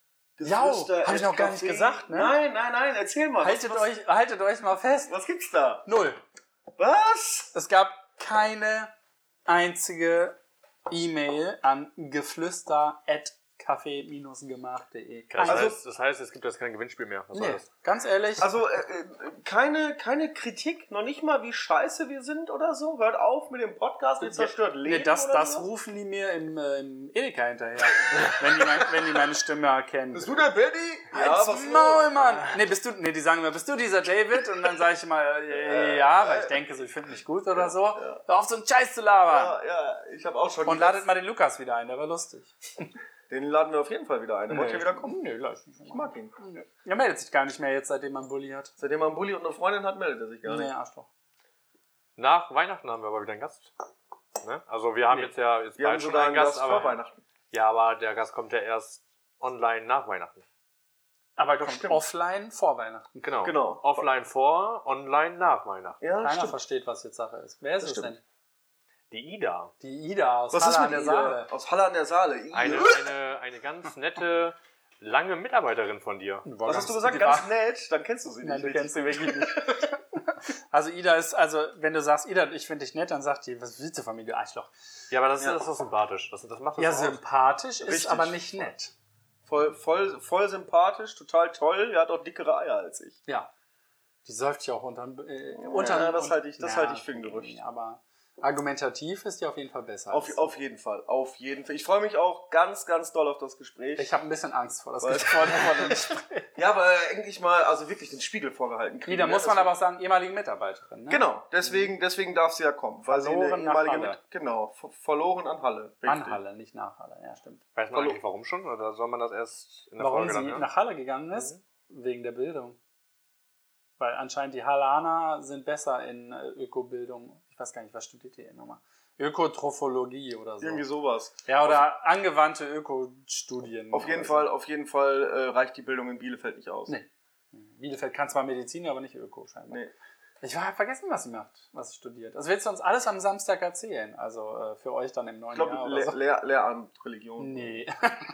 Ja, hab ich noch gar nicht gesagt, ne? Nein, nein, nein, erzähl mal. haltet, was, was, euch, haltet euch mal fest. was gibt's da? Null. Was? Es gab keine einzige E-Mail an geflüster at kaffee-gemach punkt de. Das, Also- heißt, das heißt, es gibt jetzt kein Gewinnspiel mehr. Was soll Nee, das? ganz ehrlich. Also, äh, äh, keine, keine Kritik, noch nicht mal, wie scheiße wir sind oder so. Hört auf mit dem Podcast, ihr zerstört Leben. nee, das, oder das sowas. rufen die mir im, äh, im Edeka hinterher, wenn, die mein, wenn die meine Stimme erkennen. Bist du der Benny? Halt's Maul, Mann! Nee, bist du, nee, die sagen mir, bist du dieser David? Und dann sage ich immer, äh, ja, weil ich denke, so, ich finde mich gut oder so. Hör auf, so einen Scheiß zu labern! Ja, ja, ich habe auch schon. Und ladet mal den Lukas wieder ein, der war lustig. Den laden wir auf jeden Fall wieder ein. Der wollte ja wieder kommen. Nee, lass mich Ich mag ihn. Er meldet sich gar nicht mehr jetzt, seitdem man einen Bulli hat. Seitdem er einen Bulli und eine Freundin hat, meldet er sich gar Nee, nicht. Arschloch. Nach Weihnachten haben wir aber wieder einen Gast. Ne? Also wir haben Nee. jetzt ja jetzt Wir haben bald schon sogar einen einen Gast, Gast vor aber Weihnachten. ja, aber der Gast kommt ja erst online nach Weihnachten. Aber Das kommt stimmt. offline vor Weihnachten. Genau. Genau. Offline vor, online nach Weihnachten. Ja, Keiner stimmt. versteht, was jetzt Sache ist. Wer ist Das es stimmt. denn? Die Ida. Die Ida aus Was Halle ist an mit der Ida? Saale. Aus Halle an der Saale. Ida. Eine, eine, eine ganz nette, lange Mitarbeiterin von dir. War Was ganz- hast du gesagt? die Ganz war- nett? Dann kennst du sie Nein, nicht du richtig. kennst sie wirklich nicht. Also Ida ist, also wenn du sagst, Ida, ich finde dich nett, dann sagt die, was willst du von mir, du Arschloch? Ja, aber das, Ja. das ist doch sympathisch. Das, das macht das Ja, doch aus. sympathisch ist Richtig. aber nicht nett. Voll, voll, voll sympathisch, total toll. Er hat auch dickere Eier als ich. Ja. Die säuft ja auch unter, äh, unter Ja, das halte ich, das halte ich für ein Gerücht. nee, aber argumentativ ist die auf jeden Fall besser. Auf, als- auf jeden Fall, auf jeden Fall. Ich freue mich auch ganz, ganz doll auf das Gespräch. Ich habe ein bisschen Angst vor das Weil- Gespräch. vor dem Gespräch. ja, aber endlich mal, also wirklich den Spiegel vorgehalten kriegen. Da ne? muss man Das- aber auch sagen, ehemalige Mitarbeiterin. Ne? Genau, deswegen, deswegen darf sie ja kommen. Weil Verloren sie eine nach ehemalige Halle. Mit- Genau, ver- verloren an Halle. Richtig. An Halle, nicht nach Halle. Ja, stimmt. Weiß man eigentlich warum schon? Oder soll man das erst in der Warum Folge sie dann hören? nach Halle gegangen ist? Wegen der Bildung. Weil anscheinend die Hallaner sind besser in äh, Ökobildung. Ich weiß gar nicht, was studiert die nochmal? Ökotrophologie oder so. Irgendwie sowas. Ja, oder angewandte Ökostudien. Auf jeden oder Fall, so. auf jeden Fall äh, reicht die Bildung in Bielefeld nicht aus. Nee. Bielefeld kann zwar Medizin, aber nicht Öko scheinbar. Nee. Ich habe vergessen, was sie macht, was sie studiert. Das willst du uns alles am Samstag erzählen. Also äh, für euch dann im neuen Ich glaube, Jahr oder Le so. Lehr Lehramt, Religion. Nee.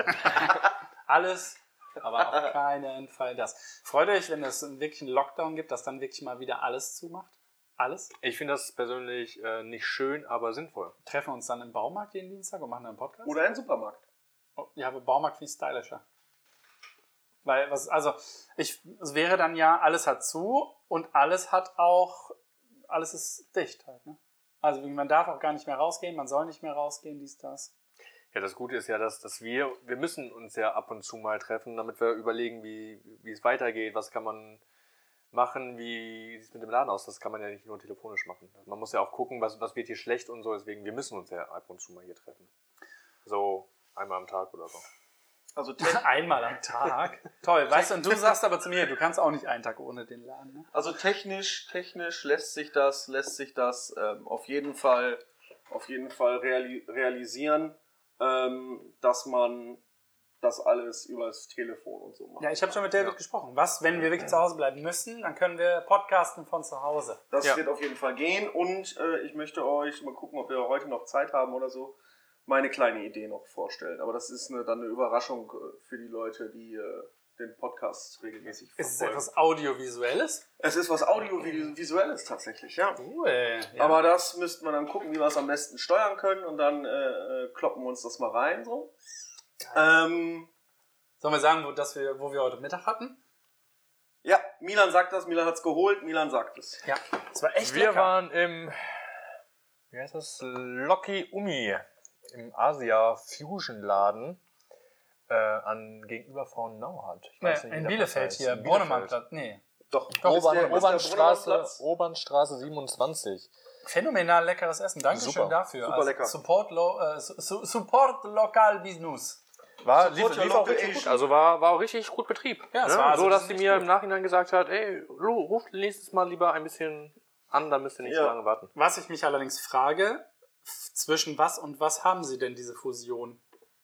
Alles, aber auf keinen Fall das. Freut euch, wenn es wirklich einen Lockdown gibt, dass dann wirklich mal wieder alles zumacht. Alles. Ich finde das persönlich äh, nicht schön, aber sinnvoll. Treffen uns dann im Baumarkt jeden Dienstag und machen einen Podcast. Oder ein Supermarkt. Oh, ja, aber Baumarkt finde ich stylischer. Weil, was, also, ich, es wäre dann ja, alles hat zu und alles hat auch, alles ist dicht halt, ne? Also, man darf auch gar nicht mehr rausgehen, man soll nicht mehr rausgehen, dies, das. Ja, das Gute ist ja, dass, dass wir, wir müssen uns ja ab und zu mal treffen, damit wir überlegen, wie, wie es weitergeht, was kann man machen, wie sieht es mit dem Laden aus, das kann man ja nicht nur telefonisch machen. Man muss ja auch gucken, was, was wird hier schlecht und so, deswegen, wir müssen uns ja ab und zu mal hier treffen. So einmal am Tag oder so. Also, te Einmal am Tag. Toll, weißt du, und du sagst aber zu mir, du kannst auch nicht einen Tag ohne den Laden, ne? also technisch, technisch lässt sich das, lässt sich das ähm, auf jeden Fall, auf jeden Fall reali realisieren, ähm, dass man das alles übers Telefon und so macht. Ja, ich habe schon mit David Ja. gesprochen. Was, wenn wir wirklich zu Hause bleiben müssen, dann können wir podcasten von zu Hause. Das Ja. wird auf jeden Fall gehen und äh, ich möchte euch mal gucken, ob wir heute noch Zeit haben oder so, meine kleine Idee noch vorstellen. Aber das ist eine, dann eine Überraschung äh, für die Leute, die äh, den Podcast regelmäßig Ist es verfolgen. etwas Audiovisuelles? Es ist was Audiovisuelles tatsächlich, ja. Cool. Ja. Aber das müssten wir dann gucken, wie wir es am besten steuern können und dann äh, äh, kloppen wir uns das mal rein. So. Ähm, Sollen wir sagen, wo, dass wir, wo wir heute Mittag hatten? ja, Milan sagt das, Milan hat es geholt, Milan sagt es. Ja. Es war echt Wir lecker. waren im, wie heißt das, Loki Umi, im Asia Fusion Laden äh, an gegenüber von Nauhardt. Ich Nee, weiß nicht, wie in der Bielefeld Platz hier, heißt. In Bielefeld. Bornemannplatz. Nee. Doch, Doch, ist der- Obern, ist der Obernstraße, Brunnenplatz? Obernstraße siebenundzwanzig. Phänomenal leckeres Essen. Dankeschön Super. dafür. Super Also lecker. Support, lo, äh, su support Local Business. War, Support lief, your lief auch local richtig gut. Asian. Also war, war auch richtig gut Betrieb. Ja, es ne? war also so, dass das sie ist mir gut. im Nachhinein gesagt hat, ey, Lu, ruft nächstes Mal lieber ein bisschen an, da müsst ihr nicht Ja. so lange warten. Was ich mich allerdings frage, f- zwischen was und was haben sie denn diese Fusion?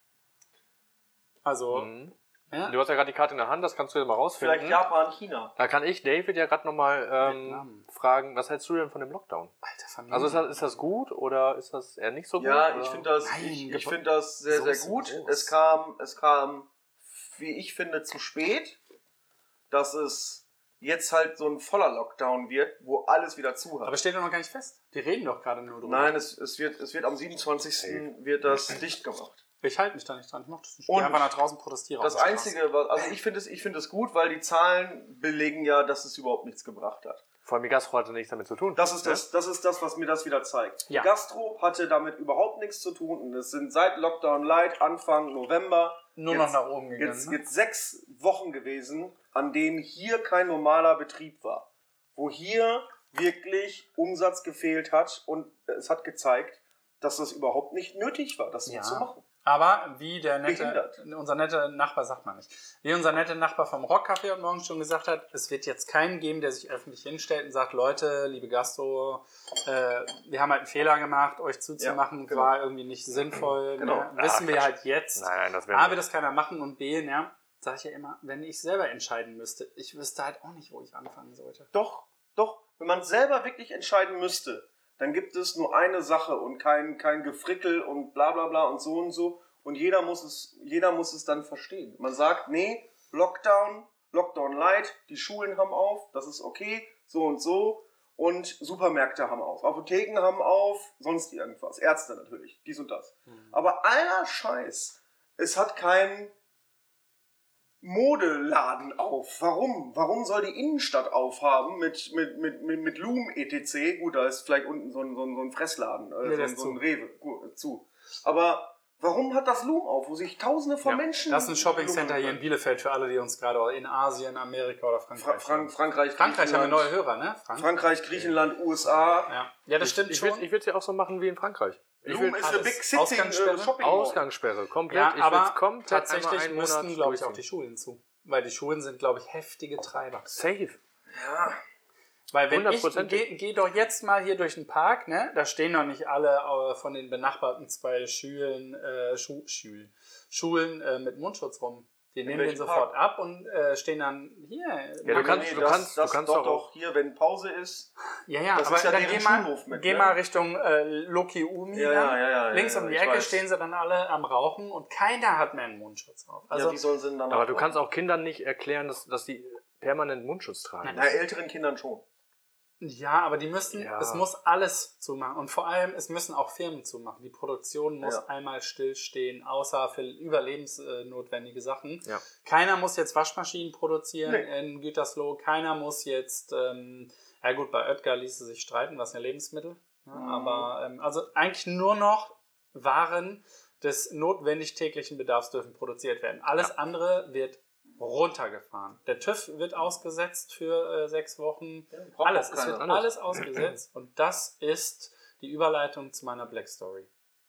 Also, Mhm. ja, Du hast ja gerade die Karte in der Hand, das kannst du jetzt mal rausfinden. Vielleicht Japan, China. Da kann ich David ja gerade nochmal Vietnam. ähm, fragen, was hältst du denn von dem Lockdown? alter Familie. Also ist das, ist das gut oder ist das eher nicht so gut? Ja, oder? ich finde das, Nein, ich, Gebo- ich find das sehr, So sehr ist sie gut. groß. Es kam, es kam, wie ich finde, zu spät, dass es jetzt halt so ein voller Lockdown wird, wo alles wieder zu hat. Aber steht doch noch gar nicht fest. Die reden doch gerade nur drüber. Nein, es, es, wird, es wird am siebenundzwanzigsten wird das dicht gemacht. Ich halte mich da nicht dran. Ich mach das nicht. Ich Und gehe einfach nach draußen, protestiere. Das auf der Straße. Einzige, was, also ich finde es, ich finde es gut, weil die Zahlen belegen ja, dass es überhaupt nichts gebracht hat. Vor allem die Gastro hatte nichts damit zu tun. Das ist das, das ist das, was mir das wieder zeigt. Ja. Die Gastro hatte damit überhaupt nichts zu tun und es sind seit Lockdown Light Anfang November Nur jetzt, noch nach oben gegangen. jetzt, ne? jetzt sechs Wochen gewesen, an denen hier kein normaler Betrieb war. Wo hier wirklich Umsatz gefehlt hat und es hat gezeigt, dass das überhaupt nicht nötig war, das so Ja. zu machen. Aber wie der nette, Behindert. unser netter Nachbar, sagt man nicht, wie unser netter Nachbar vom Rockcafé heute Morgen schon gesagt hat, es wird jetzt keinen geben, der sich öffentlich hinstellt und sagt, Leute, liebe Gastro, äh, wir haben halt einen Fehler gemacht, euch zuzumachen, Ja, genau. war irgendwie nicht sinnvoll. Genau. Ne? Wissen Ah, wir Quatsch. halt jetzt. Nein, nein, das wäre A, wird das keiner machen und B, ja, sage ich ja immer, wenn ich selber entscheiden müsste, ich wüsste halt auch nicht, wo ich anfangen sollte. Doch, doch, wenn man selber wirklich entscheiden müsste, dann gibt es nur eine Sache und kein, kein Gefrickel und bla bla bla und so und so. Und jeder muss es, jeder muss es dann verstehen. Man sagt, nee, Lockdown, Lockdown Light, die Schulen haben auf, das ist okay, so und so. und Supermärkte haben auf, Apotheken haben auf, sonst irgendwas, Ärzte natürlich, dies und das. Mhm. Aber aller Scheiß, es hat kein Modeladen auf. Warum? Warum soll die Innenstadt aufhaben mit, mit, mit, mit, mit Loom et cetera? Gut, da ist vielleicht unten so ein, so ein, so ein Fressladen, äh, nee, so, ein, so ein Rewe gut, zu. Aber warum hat das Loom auf, wo sich tausende von ja. Menschen... Das ist ein Shoppingcenter hier in Bielefeld für alle, die uns gerade in Asien, Amerika oder Frankreich... Fra Frank Frankreich, Frankreich haben wir neue Hörer, ne? Frank Frankreich, Griechenland, U S A... Ja, ja das stimmt ich, schon. Ich würde es ja auch so machen wie in Frankreich. Loom ist eine Big City Ausgangssperre. Shopping Ausgangssperre, komplett. Ja, ich aber komplett tatsächlich einen müssten, Monat glaube ich, auch die Schulen zu. Weil die Schulen sind, glaube ich, heftige Treiber. Safe. Ja. Weil wenn ich, geh, geh doch jetzt mal hier durch den Park, ne, da stehen noch nicht alle äh, von den benachbarten zwei Schulen, äh, Schu Schulen, Schulen äh, mit Mundschutz rum. Die nehmen den sofort Park? ab und äh, stehen dann hier. Ja, du kannst, nee, du das, kannst, das du kannst doch, doch doch hier, wenn Pause ist. Ja, ja, das aber ist ja dann deren geh mal, Schulhof mit, geh ne? mal Richtung äh, Loki Umi. Ja, ja, ja, ja, Links ja, um die ich Ecke weiß. stehen sie dann alle am Rauchen und keiner hat mehr einen Mundschutz auf. Also, ja, wie sollen sie denn dann aber du kannst auch Kindern nicht erklären, dass, dass die permanent Mundschutz tragen. Na, älteren Kindern schon. Ja, aber die müssen, Ja. es muss alles zumachen. Und vor allem, es müssen auch Firmen zumachen. Die Produktion muss Ja. einmal stillstehen, außer für überlebensnotwendige Sachen. Ja. Keiner muss jetzt Waschmaschinen produzieren Nee. in Gütersloh. Keiner muss jetzt, ähm, ja gut, bei Oetker ließe sich streiten, was sind ja Lebensmittel. Ja, Mhm. Aber, ähm, also eigentlich nur noch Waren des notwendig täglichen Bedarfs dürfen produziert werden. Alles Ja. andere wird runtergefahren. Der TÜV wird ausgesetzt für äh, sechs Wochen. Ja, braucht alles, auch es keiner. wird Alles. alles ausgesetzt und das ist die Überleitung zu meiner Black Story.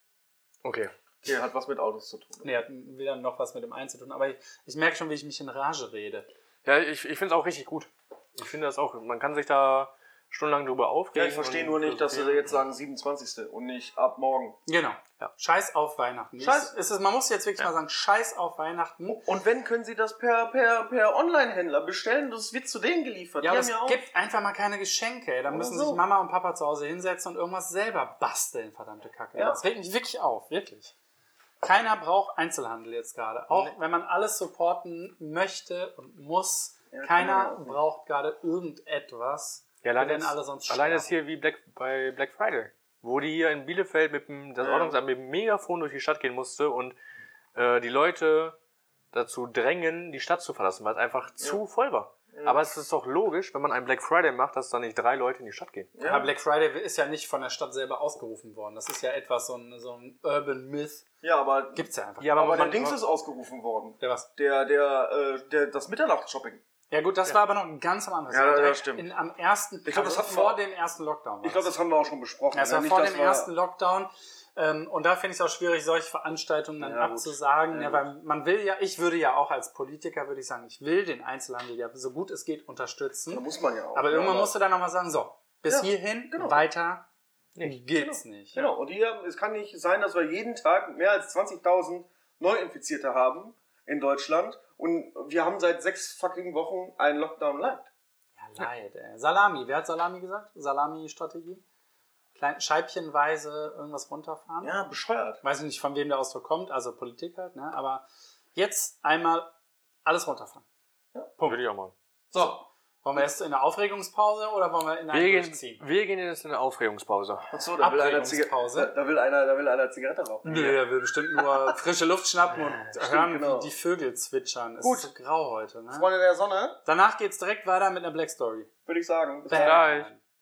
Okay. Okay, hat was mit Autos zu tun. Nee, hat wieder noch was mit dem einen zu tun, aber ich, ich merke schon, wie ich mich in Rage rede. Ja, ich, ich finde es auch richtig gut. Ich finde das auch, man kann sich da stundenlang drüber aufregen. Ja, ich verstehe und nur nicht, dass sie philosophieren. jetzt sagen siebenundzwanzigsten und nicht ab morgen. Genau. Ja. Scheiß auf Weihnachten. Scheiß- Es ist, man muss jetzt wirklich Ja. mal sagen, Scheiß auf Weihnachten. Und wenn, können sie das per, per, per Online-Händler bestellen, das wird zu denen geliefert. Ja, Die aber es haben ja auch gibt einfach mal keine Geschenke. Ey. Da Oder müssen so. sich Mama und Papa zu Hause hinsetzen und irgendwas selber basteln, verdammte Kacke. Ja. Das regt mich wirklich auf, wirklich. Keiner braucht Einzelhandel jetzt gerade. Auch wenn man alles supporten möchte und muss. Ja, kann keiner man auch nicht. braucht gerade irgendetwas. Ja, allein wir werden jetzt, alle sonst allein sterben. ist hier wie Black, bei Black Friday, wo die hier in Bielefeld mit dem, das Ja. Ordnungsamt mit dem Megafon durch die Stadt gehen musste und äh, die Leute dazu drängen, die Stadt zu verlassen, weil es einfach zu voll war. Aber es ist doch logisch, wenn man einen Black Friday macht, dass da nicht drei Leute in die Stadt gehen. Ja, Black Friday ist ja nicht von der Stadt selber ausgerufen worden. Das ist ja etwas, so ein, so ein Urban Myth. Ja, aber, Gibt's ja einfach. Ja, aber aber der man, Dings ist ausgerufen worden. Der was? Der, der, äh, der, das Mitternachtsshopping. Ja gut, das war aber noch ganz am Anfang. Ja, war das direkt stimmt. In, am ersten, Ich glaub, das also hatten wir vor auch- dem ersten Lockdown. war Ich glaube, das haben wir auch schon besprochen. Ja, es ne? war Nicht, vor dass dem wir- ersten Lockdown. Ähm, und da finde ich es auch schwierig, solche Veranstaltungen dann Ja, gut. abzusagen. Ja, Ja, weil man will ja, ich würde ja auch als Politiker, würde ich sagen, ich will den Einzelhandel ja so gut es geht Da unterstützen. muss man ja auch. Aber ja, irgendwann musst du dann nochmal sagen, so, bis Ja, hierhin, genau. weiter Nicht. geht's nicht. Genau, und hier, es kann nicht sein, dass wir jeden Tag mehr als zwanzigtausend Neuinfizierte haben in Deutschland und wir haben seit sechs fucking Wochen einen Lockdown light. Ja, leid, ey. Salami, wer hat Salami gesagt? Salami-Strategie? Klein, scheibchenweise irgendwas runterfahren? Ja, bescheuert. Weiß ich nicht, von wem der Ausdruck kommt, also Politik halt, ne? Aber jetzt einmal alles runterfahren. würde ich auch machen. So, wollen wir jetzt in der Aufregungspause oder wollen wir in der Wir gehen, durchziehen? wir gehen jetzt in eine Aufregungspause. Achso, da will einer Abregungspause. Ziga- da, da will einer, da will einer Zigarette rauchen. Nö, er will bestimmt nur frische Luft schnappen und hören, genau. wie die Vögel zwitschern. Es Gut. ist so grau heute, ne? Freunde der Sonne, Danach geht's direkt weiter mit einer Black Story. würde ich sagen. Bis Bam. gleich.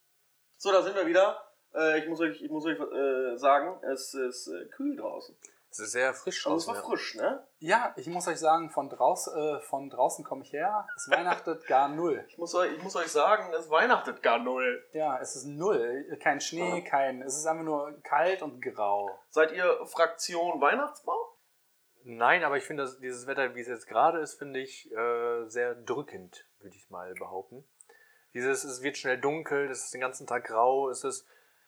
So, da sind wir wieder. Äh, ich muss euch, ich muss euch äh, sagen, es ist äh, kühl draußen. Es ist sehr frisch Also es draußen. war Ja. frisch, ne? Ja, ich muss euch sagen, von, draus, äh, von draußen komme ich her. Es weihnachtet gar null. Ich muss euch, ich muss euch sagen, es weihnachtet gar null. Ja, es ist null. Kein Schnee, kein. Es ist einfach nur kalt und grau. Seid ihr Fraktion Weihnachtsbaum? Nein, aber ich finde, dass dieses Wetter, wie es jetzt gerade ist, finde ich äh, sehr drückend, würde ich mal behaupten. Dieses, es wird schnell dunkel, es ist den ganzen Tag grau, es ist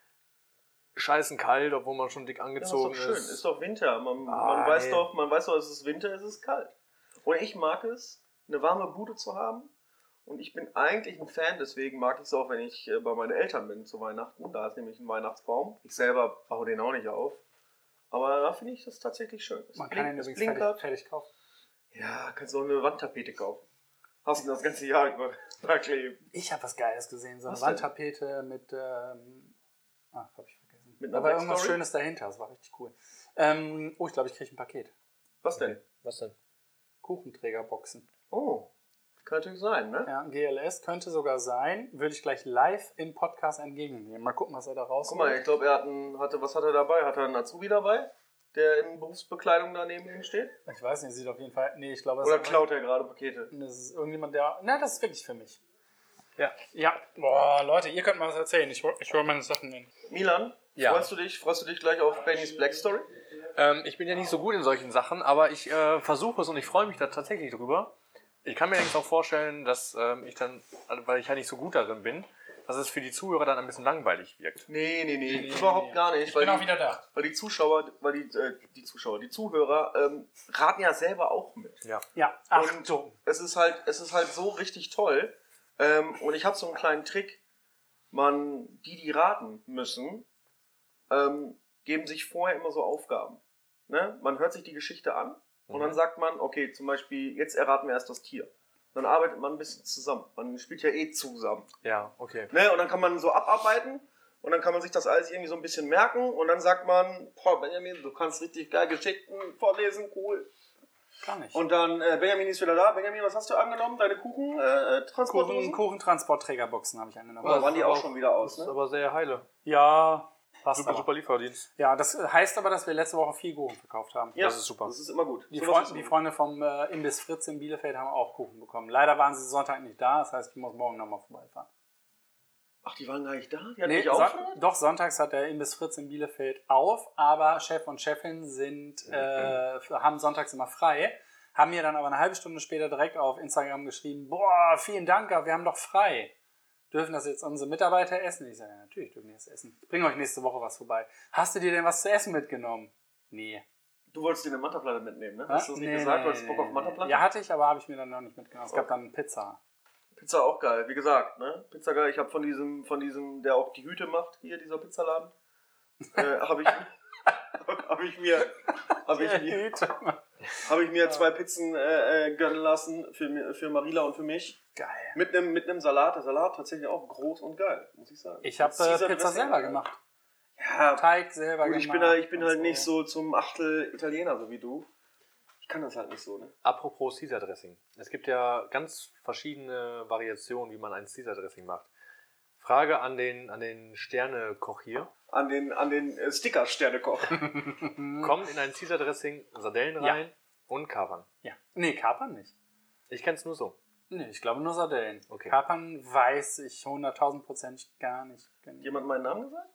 scheißen kalt, obwohl man schon dick Ja, ist angezogen doch schön. ist. Ist doch Winter. Man, Ah, man weiß nee. doch, man weiß doch, es ist Winter, es ist kalt. Und ich mag es, eine warme Bude zu haben. Und ich bin eigentlich ein Fan, deswegen mag ich es auch, wenn ich äh, bei meinen Eltern bin zu Weihnachten. Da ist nämlich ein Weihnachtsbaum. Ich selber baue den auch nicht auf. Aber da finde ich das tatsächlich schön. Es Man kann ihn blinkt- es übrigens fertig, blinkert. fertig kaufen. Ja, kannst du auch eine Wandtapete kaufen. hast du das ganze Jahr über da kleben. Ich habe was Geiles gesehen, so eine Was denn? Wandtapete mit, ähm, ach, hab ich vergessen. Mit Da einer war irgendwas Backstory? Schönes dahinter, das war richtig cool. Ähm, oh, ich glaube, ich kriege ein Paket. Was denn? Was denn? Kuchenträgerboxen. Oh, kann natürlich sein, ne? Ja, G L S könnte sogar sein. Würde ich gleich live im Podcast entgegennehmen. Mal gucken, was er da Guck rausholt. mal, ich glaube, er hat einen, hatte, was hat er dabei? Hat er einen Azubi dabei, der in Berufsbekleidung da neben ihm steht? Ich weiß nicht, sieht auf jeden Fall. Nee, ich glaube, das Oder ist, klaut er gerade Pakete? das ist irgendjemand, der. Na, das ist wirklich für mich. Ja. Ja. Boah, Leute, ihr könnt mal was erzählen. Ich, hol- ich hole meine Sachen in. Milan, Ja. freust du dich, freust du dich gleich auf Bennys Black Story? Ähm, ich bin ja nicht so gut in solchen Sachen, aber ich äh, versuche es und ich freue mich da tatsächlich drüber. Ich kann mir allerdings auch vorstellen, dass ähm, ich dann, weil ich ja nicht so gut darin bin, dass es für die Zuhörer dann ein bisschen langweilig wirkt. Nee, nee, nee, Nee, überhaupt nee. gar nicht. Ich weil bin auch die, wieder da. Weil die Zuschauer, weil die, äh, die Zuschauer, die Zuhörer ähm, raten ja selber auch mit. Ja. Ja, Achtung. Es ist halt, es ist halt so richtig toll. Ähm, und ich habe so einen kleinen Trick. Man, die, die raten müssen, ähm, geben sich vorher immer so Aufgaben. Ne? Man hört sich die Geschichte an und dann sagt man, okay, zum Beispiel, jetzt erraten wir erst das Tier. Dann arbeitet man ein bisschen zusammen. Man spielt ja eh zusammen. Ja, okay. Ne? Und dann kann man so abarbeiten und dann kann man sich das alles irgendwie so ein bisschen merken und dann sagt man, boah, Benjamin, du kannst richtig geil Geschichten vorlesen, cool. Kann ich. Und dann, äh, Benjamin ist wieder da. Benjamin, was hast du angenommen? Deine Kuchen, äh, Kuchen, Transportdosen? Kuchentransportträgerboxen habe ich angenommen. Da waren die aber- auch schon wieder aus, Das ist ne? aber sehr heile. Ja, passt Super, aber. super Lieferdienst. Ja, das heißt aber, dass wir letzte Woche viel Kuchen verkauft haben. Ja, das ist super. Das ist immer gut. Die, Sowas Freunde, ist die immer Freunde vom äh, Imbiss Fritz in Bielefeld haben auch Kuchen bekommen. Leider waren sie Sonntag nicht da, das heißt, ich muss morgen nochmal vorbeifahren. gut. Ach, die waren gar nicht da? Die hatten Nee, nicht Son auf? doch, sonntags hat der Imbiss Fritz in Bielefeld auf, aber Chef und Chefin sind, äh, haben sonntags immer frei, haben mir dann aber eine halbe Stunde später direkt auf Instagram geschrieben, boah, vielen Dank, wir haben doch frei. Dürfen das jetzt unsere Mitarbeiter essen? Ich sage, ja, natürlich dürfen die das essen. Ich bringe euch nächste Woche was vorbei. Hast du dir denn was zu essen mitgenommen? Nee. Du wolltest dir eine Matterplatte mitnehmen, ne? Ja? Hast du das nicht Nee, gesagt? nee, Du hattest Bock auf nee, Matterplatte? Ja, hatte ich, aber habe ich mir dann noch nicht mitgenommen. Es gab dann Pizza. Pizza auch geil, wie gesagt, ne? Pizza geil. Ich habe von diesem, von diesem, der auch die Hüte macht, hier, dieser Pizzaladen, äh, habe ich, hab ich mir, habe ich mir, habe ich mir zwei Pizzen äh, äh, gönnen lassen für, mi- für Marila und für mich. Geil. Mit einem mit einem Salat. Der Salat tatsächlich auch groß und geil, muss ich sagen. Ich habe Caesar äh, Pizza Dressing, selber äh, gemacht. Ja, Teig selber gut, gemacht. ich bin halt, ich bin und halt nicht so zum Achtel Italiener, so wie du. Ich kann das halt nicht so, ne? Apropos Caesar Dressing. Es gibt ja ganz verschiedene Variationen, wie man ein Caesar Dressing macht. Frage an den, an den Sternekoch hier. An den, an den äh, Sticker-Sternekoch. Kommt in ein Caesar Dressing Sardellen Ja. rein und Kapern. Ja. Nee, Kapern nicht. Ich kenn's nur so. Nee, ich glaube nur Sardellen. Okay. Kapern weiß ich hunderttausendprozentig gar nicht. Jemand meinen Namen gesagt?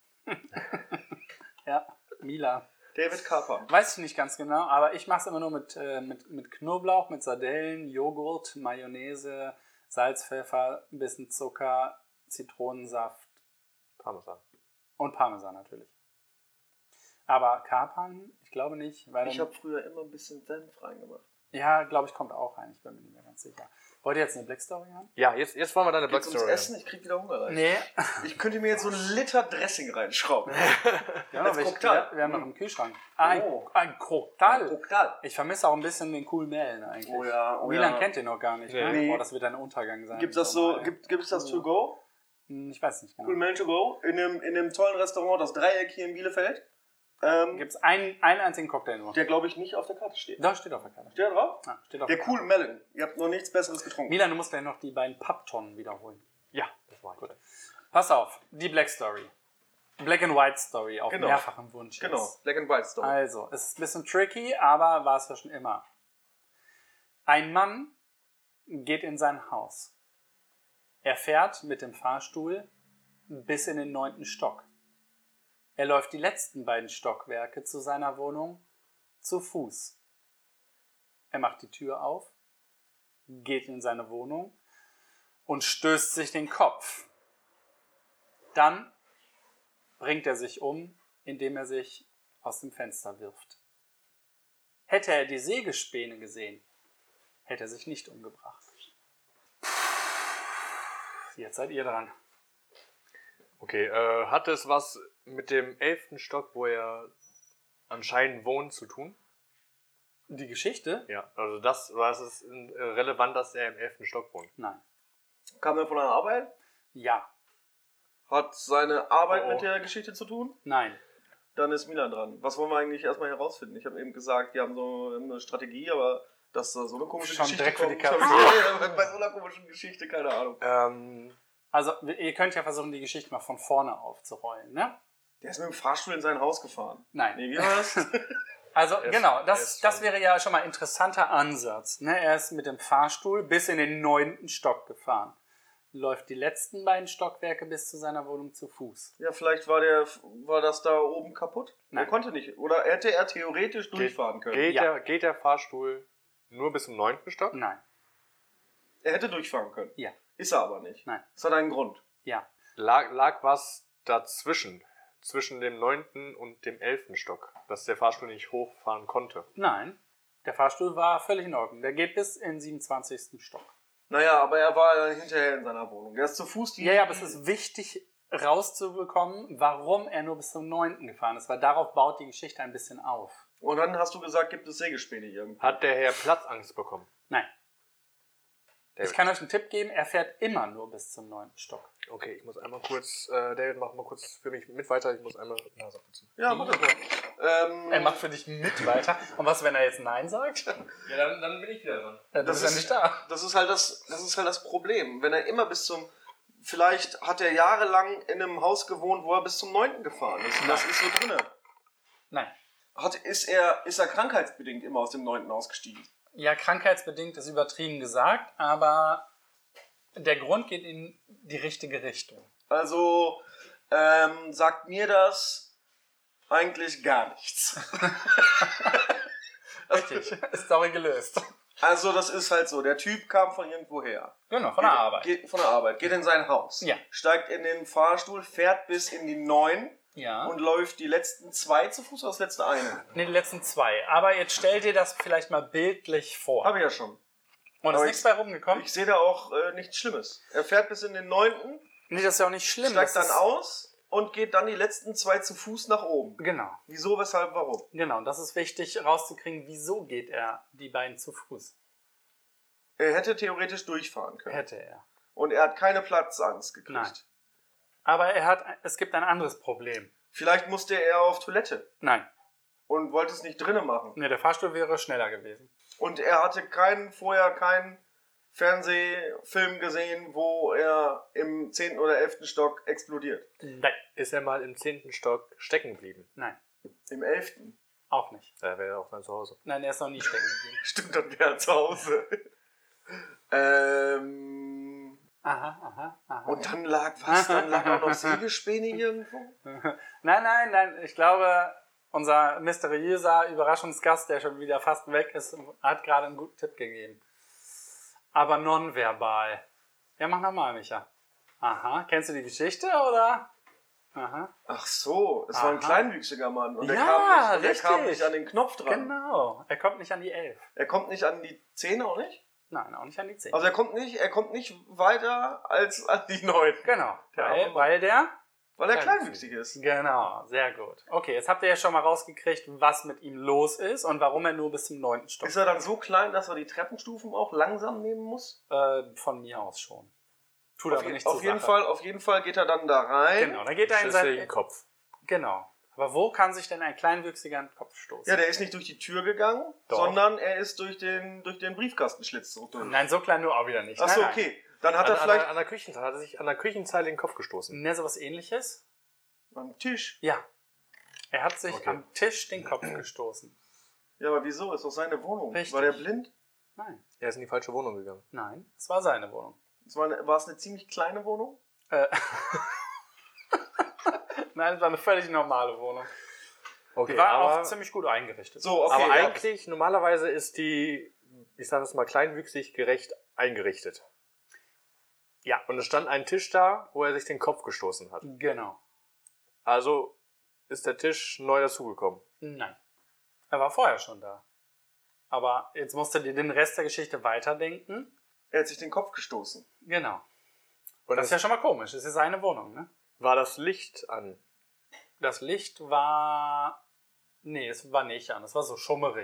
Ja, Mila. David Carper. Weiß ich nicht ganz genau, aber ich mache es immer nur mit, äh, mit, mit Knoblauch, mit Sardellen, Joghurt, Mayonnaise, Salz, Pfeffer, ein bisschen Zucker, Zitronensaft Parmesan. und Parmesan natürlich. Aber Kapern, ich glaube nicht, weil Ich dann, habe früher immer ein bisschen Senf reingemacht. ja, glaube ich, kommt auch rein. Ich bin mir nicht mehr ganz sicher. Wollt ihr jetzt eine Black Story haben? Ja, jetzt, jetzt wollen wir deine Black Geht's ums Story. Essen? Ich krieg wieder Hunger rein. Nee. Ich könnte mir jetzt so einen Liter Dressing reinschrauben. Wir haben, noch Als welche- Cocktail. wir haben noch im Kühlschrank. Ein, Oh. ein Cocktail. Cocktail. Ich vermisse auch ein bisschen den coolen Mellen eigentlich. Oh ja, oh Milan ja. kennt den noch gar nicht. Ne? Nee. Boah, das wird ein Untergang sein. Gibt das so, Mal. gibt, gibt es das to go? Hm, Ich weiß nicht genau. Cool Man to go? In einem, in einem tollen Restaurant, das Dreieck hier in Bielefeld. Ähm, Gibt es einen, einen einzigen Cocktail nur? der glaube ich nicht auf der Karte steht. Da steht auf der Karte. Steht da drauf? Ja, steht auf Der der Cool Melon. Ihr habt noch nichts Besseres getrunken. Milan, du musst gleich noch die beiden Papptonnen wiederholen. Ja, das war gut. Pass auf, die Black Story. Black and White Story auf Genau. mehrfachen Wunsch. jetzt. Genau, Black and White Story. Also, es ist ein bisschen tricky, aber war es ja schon immer. Ein Mann geht in sein Haus. Er fährt mit dem Fahrstuhl bis in den neunten Stock. Er läuft die letzten beiden Stockwerke zu seiner Wohnung zu Fuß. Er macht die Tür auf, geht in seine Wohnung und stößt sich den Kopf. Dann bringt er sich um, indem er sich aus dem Fenster wirft. Hätte er die Sägespäne gesehen, hätte er sich nicht umgebracht. Jetzt seid ihr dran. Okay, äh, hat es was mit dem elften Stock, wo er anscheinend wohnt, zu tun? Die Geschichte? Ja, also das, was ist relevant, dass er im elften Stock wohnt. Nein. Kam er von der Arbeit? Ja. Hat seine Arbeit Oh, oh. mit der Geschichte zu tun? Nein. Dann ist Milan dran. Was wollen wir eigentlich erstmal herausfinden? Ich habe eben gesagt, die haben so eine Strategie, aber dass da so eine komische Schon Geschichte direkt für die kommt, Katze. hab ich- bei so einer komischen Geschichte, keine Ahnung. Ähm, Also, ihr könnt ja versuchen, die Geschichte mal von vorne aufzurollen, ne? Der ist mit dem Fahrstuhl in sein Haus gefahren. Nein. Nee, wie war das? Also, Er ist- genau, er das, ist das schon- wäre ja schon mal ein interessanter Ansatz. Ne? Er ist mit dem Fahrstuhl bis in den neunten Stock gefahren. Läuft die letzten beiden Stockwerke bis zu seiner Wohnung zu Fuß. Ja, vielleicht war der war das da oben kaputt. Nein. Er konnte nicht. Oder hätte er theoretisch durchfahren können. geht, Ja. der, geht der Fahrstuhl nur bis zum neunten Stock? Nein. Er hätte durchfahren können. Ja. Ist er aber nicht. Nein. Das hat einen Grund. Ja. Lag, lag was dazwischen, zwischen dem neunten und dem elften Stock, dass der Fahrstuhl nicht hochfahren konnte? Nein. Der Fahrstuhl war völlig in Ordnung. Der geht bis in den siebenundzwanzigsten Stock. Naja, aber er war dann hinterher in seiner Wohnung. Der ist zu Fuß die. Ja, ja, aber es ist wichtig rauszubekommen, warum er nur bis zum neunten gefahren ist, weil darauf baut die Geschichte ein bisschen auf. Und dann hast du gesagt, gibt es Sägespäne irgendwo. Hat der Herr Platzangst bekommen? Nein. David. Ich kann euch einen Tipp geben, er fährt immer nur bis zum neunten Stock. Okay, ich muss einmal kurz, äh, David, mach mal kurz für mich mit weiter, ich muss einmal Nase putzen. Ja, mach das mal. Ähm, Er macht für dich mit weiter. Und was, wenn er jetzt Nein sagt? Ja, dann, dann bin ich wieder dran. Ja, du Das bist ja ist- nicht da. Das ist halt das, das ist halt das Problem. Wenn er immer bis zum, vielleicht hat er jahrelang in einem Haus gewohnt, wo er bis zum neunten gefahren ist. Und das ist so drinne. Nein. Hat, ist er, ist er krankheitsbedingt immer aus dem neunten ausgestiegen? Ja, krankheitsbedingt ist übertrieben gesagt, aber der Grund geht in die richtige Richtung. Also, ähm, sagt mir das eigentlich gar nichts. Richtig. Story gelöst. Also, das ist halt so. Der Typ kam von irgendwo her. Genau, von der Geht- Arbeit. Geht von der Arbeit, geht in sein Haus. Ja. Steigt in den Fahrstuhl, fährt bis in die neun Ja. und läuft die letzten zwei zu Fuß oder das letzte eine. Ne, die letzten zwei. Aber jetzt stell dir das vielleicht mal bildlich vor. Habe ich ja schon. Und ist aber nichts ich- bei rumgekommen? Ich sehe da auch äh, nichts Schlimmes. Er fährt bis in den neunten, Nee, das ist ja auch nicht schlimm. steigt das dann ist, aus und geht dann die letzten zwei zu Fuß nach oben. Genau. Wieso, weshalb, warum? Genau, und das ist wichtig rauszukriegen, wieso geht er die beiden zu Fuß. Er hätte theoretisch durchfahren können. Hätte er. Und er hat keine Platzangst gekriegt. Nein. Aber er hat, es gibt ein anderes Problem. Vielleicht musste er auf Toilette Nein. und wollte es nicht drinnen machen. Ne, der Fahrstuhl wäre schneller gewesen. Und er hatte keinen, vorher keinen Fernsehfilm gesehen, wo er im zehnten oder elften Stock explodiert. Nein. Ist er mal im zehnten Stock stecken geblieben? Nein. Im elften Auch nicht. Da wäre er auch sein Zuhause. Nein, er ist noch nie stecken geblieben. Stimmt, dann wäre er zu Hause. ähm, Aha, aha, aha. und dann lag was? Dann lag auch noch Sägespäne irgendwo? Nein, nein, nein. Ich glaube, unser mysteriöser Überraschungsgast, der schon wieder fast weg ist, hat gerade einen guten Tipp gegeben. Aber nonverbal. Ja, mach nochmal, Micha. Aha. Kennst du die Geschichte, oder? Aha. Ach so, es war ein Aha. kleinwüchsiger Mann. Und, der, Ja, kam nicht, und der richtig. kam nicht an den Knopf dran. Genau. Er kommt nicht an die elf. Er kommt nicht an die zehn auch nicht? Nein, auch nicht an die zehn. Also er kommt nicht, er kommt nicht weiter als an die neun. genau. Der Weil, arme weil der... Weil er Kleinwüchsig. kleinwüchsig ist. Genau, sehr gut. Okay, jetzt habt ihr ja schon mal rausgekriegt, was mit ihm los ist und warum er nur bis zum neunten Stock. Ist er dann so klein, dass er die Treppenstufen auch langsam nehmen muss? Äh, von mir aus schon. Tut Auf, aber je, nicht auf zur jeden Sache. Fall, auf jeden Fall geht er dann da rein. Genau, dann geht er in Schüsse in sein... den Kopf. Genau. Aber wo kann sich denn ein Kleinwüchsiger in den Kopf stoßen? Ja, der ist nicht durch die Tür gegangen, Doch. sondern er ist durch den, durch den Briefkastenschlitz so durch. Nein, so klein nur auch wieder nicht. Achso, Nein, nein. okay. Dann hat An, er an, vielleicht der, an der Küchenzeile, hat er sich an der Küchenzeile in den Kopf gestoßen. Ne, sowas ähnliches? am Tisch. Ja. Er hat sich Okay. am Tisch den Kopf gestoßen. Ja, aber wieso? Ist doch seine Wohnung. Richtig. War der blind? Nein, Er ist in die falsche Wohnung gegangen. nein, es war seine Wohnung. Es war, eine, war es eine ziemlich kleine Wohnung? Äh. Nein, es war eine völlig normale Wohnung. Okay, Die war aber, auch ziemlich gut eingerichtet. So, okay. aber ja, eigentlich, normalerweise ist die, ich sage es mal, kleinwüchsig gerecht eingerichtet. Ja. Und es stand ein Tisch da, wo er sich den Kopf gestoßen hat. Genau. Also ist der Tisch neu dazugekommen. Nein. Er war vorher schon da. Aber jetzt musst du dir den Rest der Geschichte weiterdenken. Er hat sich den Kopf gestoßen. Genau. Und Das ist ja schon mal komisch. Es ist seine Wohnung, ne? war das Licht an. Das Licht war... Nee, es war nicht an. Es war so schummerig.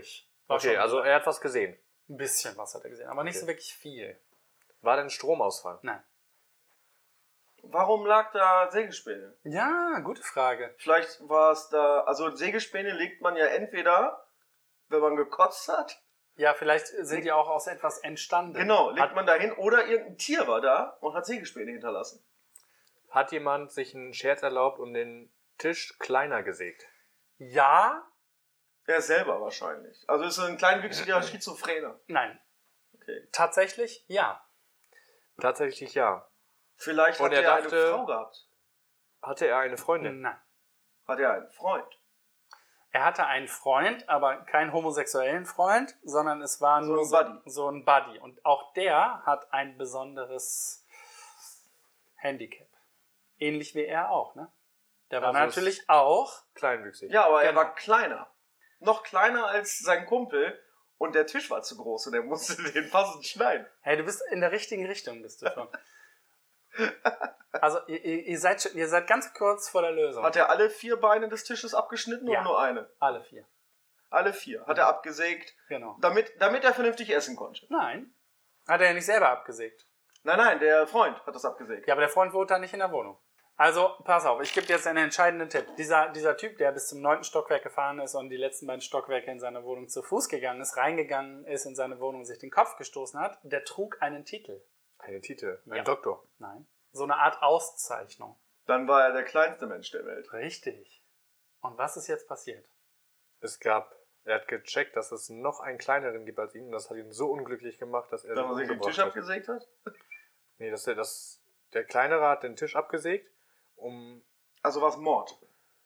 War Okay, schon also er hat was gesehen. ein bisschen was hat er gesehen, aber nicht Okay. so wirklich viel. War denn Stromausfall? Nein. Warum lag da Sägespäne? Ja, gute Frage. Vielleicht war es da, also Sägespäne legt man ja entweder, wenn man gekotzt hat, Ja, vielleicht sind die auch aus etwas entstanden. genau, legt Hat, man da hin, oder irgendein Tier war da und hat Sägespäne hinterlassen. Hat jemand sich einen Scherz erlaubt und den Tisch kleiner gesägt? ja, Er selber wahrscheinlich. Also ist ein kleinwüchsiger Schizophrener. nein. Okay. Tatsächlich, ja. Tatsächlich ja. Vielleicht Und hat er er, dachte- eine Frau gehabt. Hatte er eine Freundin? Nein. Hat er einen Freund. Er hatte einen Freund, aber keinen homosexuellen Freund, sondern es war So nur ein so, Buddy. so ein Buddy. Und auch der hat ein besonderes Handicap. Ähnlich wie er auch, ne? Der war Also es- natürlich auch. Kleinwüchsig. Ja, aber er Genau. war kleiner. Noch kleiner als sein Kumpel. Und der Tisch war zu groß und er musste den passend schneiden. Hey, du bist in der richtigen Richtung, bist du schon. Also, ihr, ihr, ihr, seid, schon- ihr seid ganz kurz vor der Lösung. Hat er alle vier Beine des Tisches abgeschnitten Ja. oder nur eine? Alle vier. Alle vier. Hat er abgesägt, Genau. damit, damit er vernünftig essen konnte. Nein. Hat er ja nicht selber abgesägt. Nein, nein, der Freund hat das abgesägt. Ja, aber der Freund wohnt da nicht in der Wohnung. Also, pass auf, ich gebe dir jetzt einen entscheidenden Tipp. Dieser, dieser Typ, der bis zum neunten Stockwerk gefahren ist und die letzten beiden Stockwerke in seiner Wohnung zu Fuß gegangen ist, reingegangen ist in seine Wohnung, sich den Kopf gestoßen hat, der trug einen Titel. Einen Titel. Ein Ja. Doktor. Nein. So eine Art Auszeichnung. Dann war er der kleinste Mensch der Welt. Richtig. Und was ist jetzt passiert? Es gab, er hat gecheckt, dass es noch einen kleineren gibt als ihn. Und das hat ihn so unglücklich gemacht, dass er Wenn man sich den umgebracht Tisch hat. abgesägt hat? Nee, dass er das, der kleinere hat den Tisch abgesägt, um... Also war es Mord.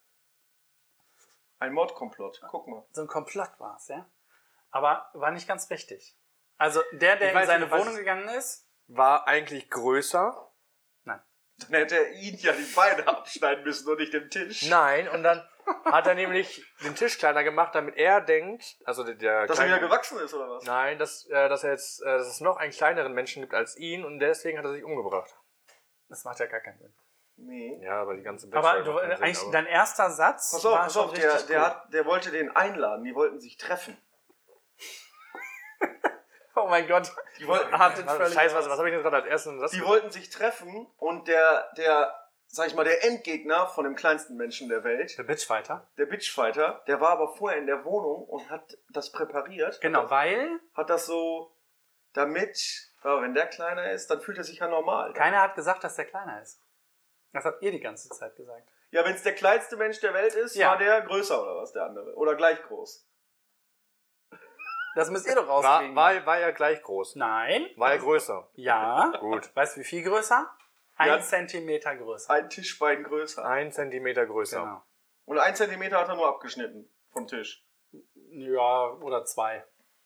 Ein Mordkomplott. Guck mal. So ein Komplott war es, ja? Aber war nicht ganz richtig. Also, der, der Ich in weiß seine nicht, was Wohnung es- gegangen ist, war eigentlich größer. nein. Dann hätte er ihn ja die Beine abschneiden müssen und nicht den Tisch. Nein, und dann hat er nämlich den Tisch kleiner gemacht, damit er denkt, also der, der Dass er kleine- wieder gewachsen ist, oder was? Nein, dass, äh, dass er jetzt, äh, dass es noch einen kleineren Menschen gibt als ihn und deswegen hat er sich umgebracht. Das macht ja gar keinen Sinn. Nee. Ja, aber die ganze Aber Backstory du, macht keinen Sinn, eigentlich aber- dein erster Satz Pass auf, war pass schon auf, der, richtig der, gut. hat, der wollte den einladen, die wollten sich treffen. Oh mein Gott. Die wollten, Artet Was- völlig Scheiße, was, aus. was habe ich denn gerade als ersten Satz die gesagt? wollten sich treffen und der, der, sag ich mal, der Endgegner von dem kleinsten Menschen der Welt, Der Bitchfighter. der Bitchfighter, der war aber vorher in der Wohnung und hat das präpariert. Genau, weil Hat das so, damit, ja, wenn der kleiner ist, dann fühlt er sich ja normal. keiner hat gesagt, dass der kleiner ist. Das habt ihr die ganze Zeit gesagt. Ja, wenn es der kleinste Mensch der Welt ist, Ja. war der größer oder was, der andere. Oder gleich groß. Das müsst ihr doch War, rauskriegen. war, war er gleich groß? Nein. War er größer? Ja. Gut. Weißt du, wie viel größer? Ein Ja. Zentimeter größer. Ein Tischbein größer. Ein Zentimeter größer. Genau. Und ein Zentimeter hat er nur abgeschnitten vom Tisch. Ja, oder zwei.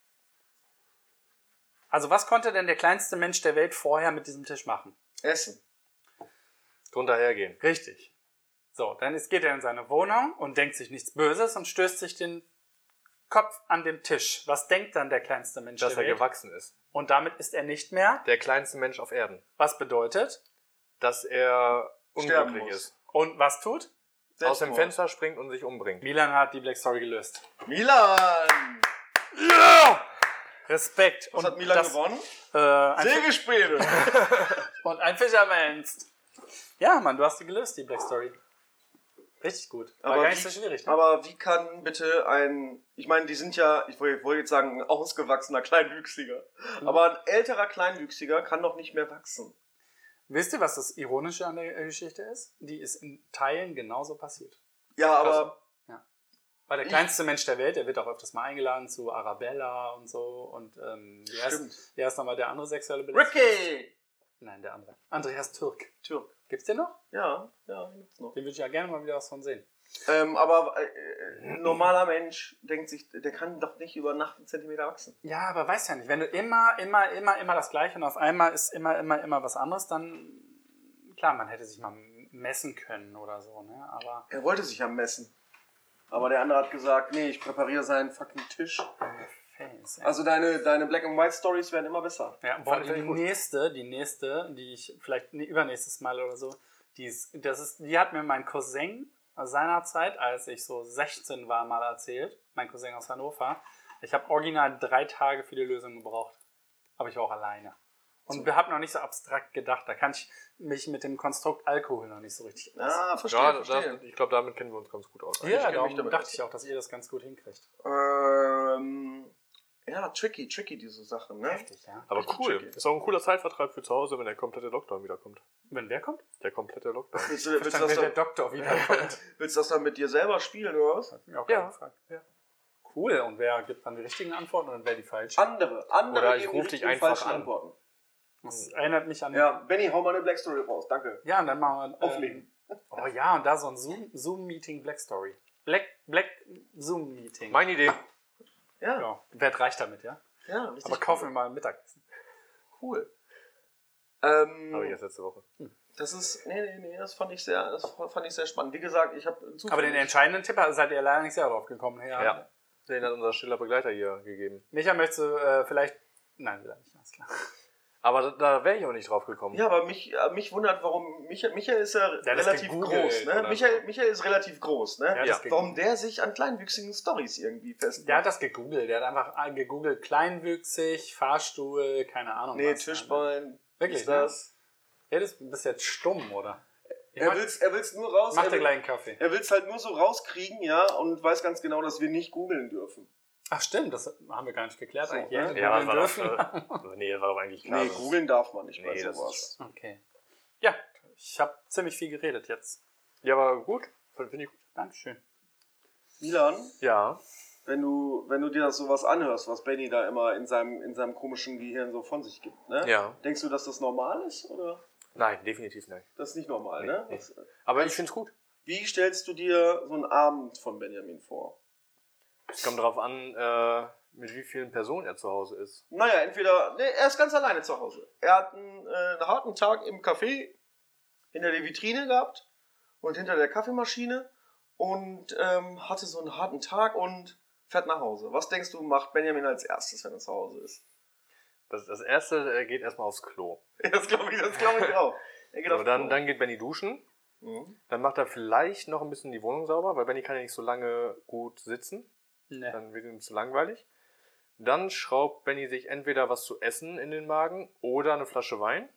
Also was konnte denn der kleinste Mensch der Welt vorher mit diesem Tisch machen? Essen. Drunter hergehen. Richtig. So, dann ist, geht er in seine Wohnung und denkt sich nichts Böses und stößt sich den Kopf an den Tisch. Was denkt dann der kleinste Mensch Dass der er Welt? gewachsen ist. Und damit ist er nicht mehr. Der kleinste Mensch auf Erden. Was bedeutet? Dass er Sterben unglücklich muss. ist. Und was tut? Aus dem Selbstmord. Fenster springt und sich umbringt. Milan hat die Black Story gelöst. Milan! Respekt. Was und hat Milan das, gewonnen? Äh, ein Sägespäne! und ein Fischermans. Ja, Mann, du hast die gelöst, die Black Story. Richtig gut. War Aber gar nicht wie- so schwierig. Ne? Aber wie kann bitte ein, ich meine, die sind ja, ich wollte wollte jetzt sagen, ein ausgewachsener Kleinwüchsiger. Mhm. Aber ein älterer Kleinwüchsiger kann doch nicht mehr wachsen. Wisst ihr, was das Ironische an der Geschichte ist? Die ist in Teilen genauso passiert. Ja, aber Weil der Ich- kleinste Mensch der Welt, der wird auch öfters mal eingeladen zu Arabella und so. Und ähm, wie, Stimmt. heißt, wie heißt nochmal der andere sexuelle Belästigung? Ricky! Nein, der andere. Andreas Türk. Türk. Gibt's den noch? Ja, ja, gibt's noch. Den würde ich ja gerne mal wieder was von sehen. Ähm, aber äh, ein normaler Mensch denkt sich, der kann doch nicht über Nacht einen Zentimeter wachsen. Ja, aber weißt ja nicht, wenn du immer, immer, immer, immer das Gleiche und auf einmal ist immer, immer, immer was anderes, dann, klar, man hätte sich mal messen können oder so, ne? Aber Er wollte sich ja messen. Aber der andere hat gesagt, nee, ich präpariere seinen fucking Tisch. Face, ja. Also deine, deine Black and White Stories werden immer besser. Ja, boah, die nächste, die nächste, die ich vielleicht nee, übernächstes Mal oder so, die ist, das ist, die hat mir mein Cousin seinerzeit, als ich so sechzehn war, mal erzählt. Mein Cousin aus Hannover. Ich habe original drei Tage für die Lösung gebraucht. Aber ich war auch alleine. Und wir haben noch nicht so abstrakt gedacht. Da kann ich mich mit dem Konstrukt Alkohol noch nicht so richtig aus. Ah, verstehe, Ja, verstehe. das, ich glaube, damit kennen wir uns ganz gut aus. Ja, kenn mich darum damit dachte aus. ich auch, dass ihr das ganz gut hinkriegt. Ähm, ja, tricky, tricky, diese Sachen, ne? Heftig, ja. Aber Richtig cool. tricky. Ist auch ein cooler Zeitvertreib für zu Hause, wenn der komplette Lockdown wiederkommt. Wenn wer kommt? Der komplette Lockdown. Willst du, willst, du Dann, das wenn der dann, Doktor wiederkommt. willst du das dann mit dir selber spielen, oder was? Ja, auf Ja. jeden Fall. Cool. Und wer gibt dann die richtigen Antworten und wer die falschen? Andere, andere Oder ich geben ruf die dich richtigen, einfach falschen an. Antworten. Das erinnert mich an... Ja, Benny, hau mal eine Black Story raus, danke. Ja, und dann machen wir... Auflegen. Ähm, oh ja, und da so ein Zoom- Zoom-Meeting Black Story. Black, Black Zoom-Meeting. Meine Idee. Ja, Ja, Wert reicht damit, ja? ja, richtig. Aber kaufen wir mal ein Mittagessen. cool. Ähm, Habe ich erst letzte Woche. das ist, nee, nee, nee, das fand ich sehr, das fand ich sehr spannend. Wie gesagt, ich habe Aber den entscheidenden Tipp seid ihr leider nicht selber drauf gekommen. Ja. Ja. Den hat unser stiller Begleiter hier gegeben. Micha, möchtest du äh, vielleicht... Nein, will er nicht, alles klar. Aber da, da wäre ich auch nicht drauf gekommen. Ja, aber mich, äh, mich wundert, warum Michael, Michael ist ja Der hat das relativ gegoogelt groß, ne? oder Michael, so. Michael ist relativ groß, ne? Der hat Ja. das gegoogelt. Warum der sich an kleinwüchsigen Stories irgendwie festmacht. Der hat das gegoogelt. Der hat einfach gegoogelt, kleinwüchsig, Fahrstuhl, keine Ahnung. Nee, was. Tischbein. Wirklich, ist das? Ja, das bist jetzt stumm, oder? Er will's, er will's nur raus. Mach er dir will- gleich einen Kaffee. Er will es halt nur so rauskriegen, ja, und weiß ganz genau, dass wir nicht googeln dürfen. Ach stimmt, das haben wir gar nicht geklärt. So, eigentlich. ne? Hätte Ja, googeln das war dürfen. doch, äh, nee, das war doch eigentlich klar. Nee, dass- googeln darf man nicht bei Nee, das sowas. Okay. Ja, ich habe ziemlich viel geredet jetzt. Ja, aber gut. Finde ich gut. Dankeschön. Milan, Ja. wenn du, wenn du dir das sowas anhörst, was Benny da immer in seinem, in seinem komischen Gehirn so von sich gibt, ne? Ja. Denkst du, dass das normal ist, oder? Nein, definitiv nicht. Das ist nicht normal, Nee, ne? nee. Was, Aber ich finde es gut. wie stellst du dir so einen Abend von Benjamin vor? Es kommt darauf an, äh, mit wie vielen Personen er zu Hause ist. Naja, entweder, nee, er ist ganz alleine zu Hause. Er hat einen, äh, einen harten Tag im Café hinter der Vitrine gehabt und hinter der Kaffeemaschine und ähm, hatte so einen harten Tag und fährt nach Hause. Was denkst du, macht Benjamin als erstes, wenn er zu Hause ist? Das, das erste, er geht erstmal aufs Klo. Das glaube ich, das glaube ich auch. Er geht So, auf dann, Klo. dann geht Benny duschen. Mhm. Dann macht er vielleicht noch ein bisschen die Wohnung sauber, weil Benny kann ja nicht so lange gut sitzen. Nee. Dann wird ihm zu langweilig. Dann schraubt Benny sich entweder was zu essen in den Magen oder eine Flasche Wein.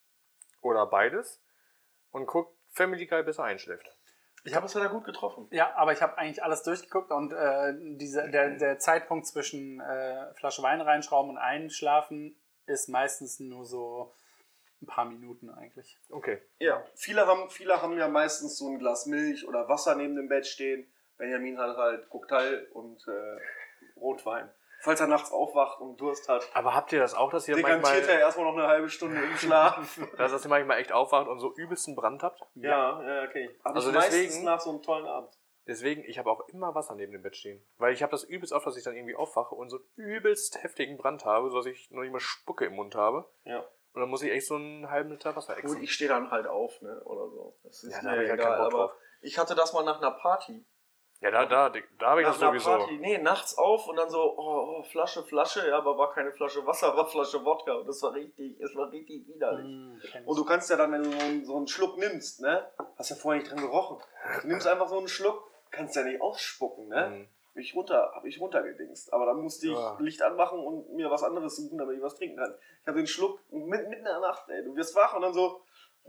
Oder beides. Und guckt Family Guy, bis er einschläft. Ich habe es ja da gut getroffen. Ja, aber ich habe eigentlich alles durchgeguckt und äh, diese, der, der Zeitpunkt zwischen äh, Flasche Wein reinschrauben und einschlafen ist meistens nur so ein paar Minuten eigentlich. Okay. Ja, viele haben, viele haben ja meistens so ein Glas Milch oder Wasser neben dem Bett stehen. Benjamin hat halt Kokteil und äh, Rotwein. Falls er nachts aufwacht und Durst hat, Aber habt ihr das auch, dass ihr dekantiert manchmal, er erstmal noch eine halbe Stunde im Schlaf. dass, dass ihr manchmal echt aufwacht und so übelsten Brand habt? Ja, ja, okay. Aber Also also meistens deswegen- nach so einem tollen Abend. Deswegen, ich habe auch immer Wasser neben dem Bett stehen. Weil ich habe das übelst oft, dass ich dann irgendwie aufwache und so einen übelst heftigen Brand habe, sodass ich noch nicht mal Spucke im Mund habe. Ja. Und dann muss ich echt so einen halben Liter Wasser Gut, exen. ich stehe dann halt auf, ne, oder so. Das ist Ja, da mir hab ich halt egal, keinen Bock aber drauf. ich hatte das mal nach einer Party. Ja, da, da, da habe ich Nach das einer sowieso. Party, nee, nachts auf und dann so, oh, oh, Flasche, Flasche, ja, aber war keine Flasche Wasser, war Flasche Wodka. Und das war richtig, es war richtig widerlich. Hm, kenn ich. Und du kannst ja dann, wenn du so einen, so einen Schluck nimmst, ne, hast ja vorher nicht drin gerochen. Du nimmst einfach so einen Schluck, kannst ja nicht ausspucken, ne. Mhm. Hab ich runter, hab ich runtergedingst. Aber dann musste ich Ja. Licht anmachen und mir was anderes suchen, damit ich was trinken kann. Ich habe den Schluck mitten, mitten in der Nacht, ey. Du wirst wach und dann so.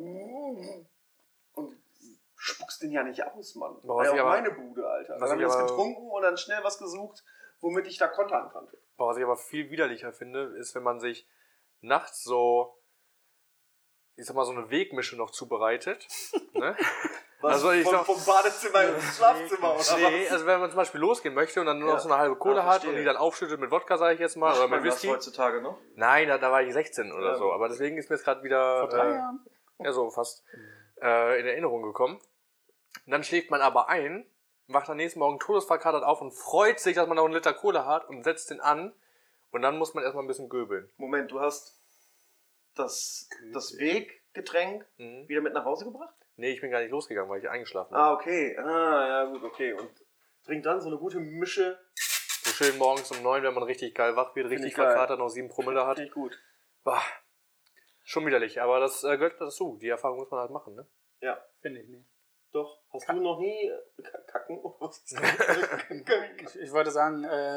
Und spuckst den ja nicht aus, Mann. Boah, War was ja ich auch aber- meine Bude, Alter. was Dann haben ich wir das aber- getrunken und dann schnell was gesucht, womit ich da kontern konnte. Boah, was ich aber viel widerlicher finde, ist, wenn man sich nachts so, ich sag mal, so eine Wegmische noch zubereitet. Ne? Was, Also ich vom, sag- vom Badezimmer ins Schlafzimmer, oder Nee, was? also wenn man zum Beispiel losgehen möchte und dann nur Ja. noch so eine halbe Cola Ah, hat verstehe. und die dann aufschüttet mit Wodka, sage ich jetzt mal, Macht oder man mit das Whisky. heutzutage noch? Nein, da, da war ich sechzehn oder Ja. so. Aber deswegen ist mir jetzt gerade wieder Vor drei äh, Jahren? ja so fast äh, in Erinnerung gekommen. Und dann schläft man aber ein, wacht am nächsten Morgen todesverkatert auf und freut sich, dass man noch einen Liter Cola hat und setzt den an. Und dann muss man erstmal ein bisschen göbeln. Moment, du hast das, das Weggetränk Mhm. wieder mit nach Hause gebracht? Nee, ich bin gar nicht losgegangen, weil ich eingeschlafen bin. Ah, okay. Ah, ja, gut, okay. Und trinkt dann so eine gute Mische. So schön morgens um neun, wenn man richtig geil wach wird, richtig ich geil. verkatert, noch sieben Promille hat. Finde ich gut. Bah, schon widerlich, aber das äh, gehört dazu. Die Erfahrung muss man halt machen, ne? Ja, Finde ich nicht. doch. Hast du noch nie äh, kacken? Oder was ist das? Ich, ich wollte sagen, äh,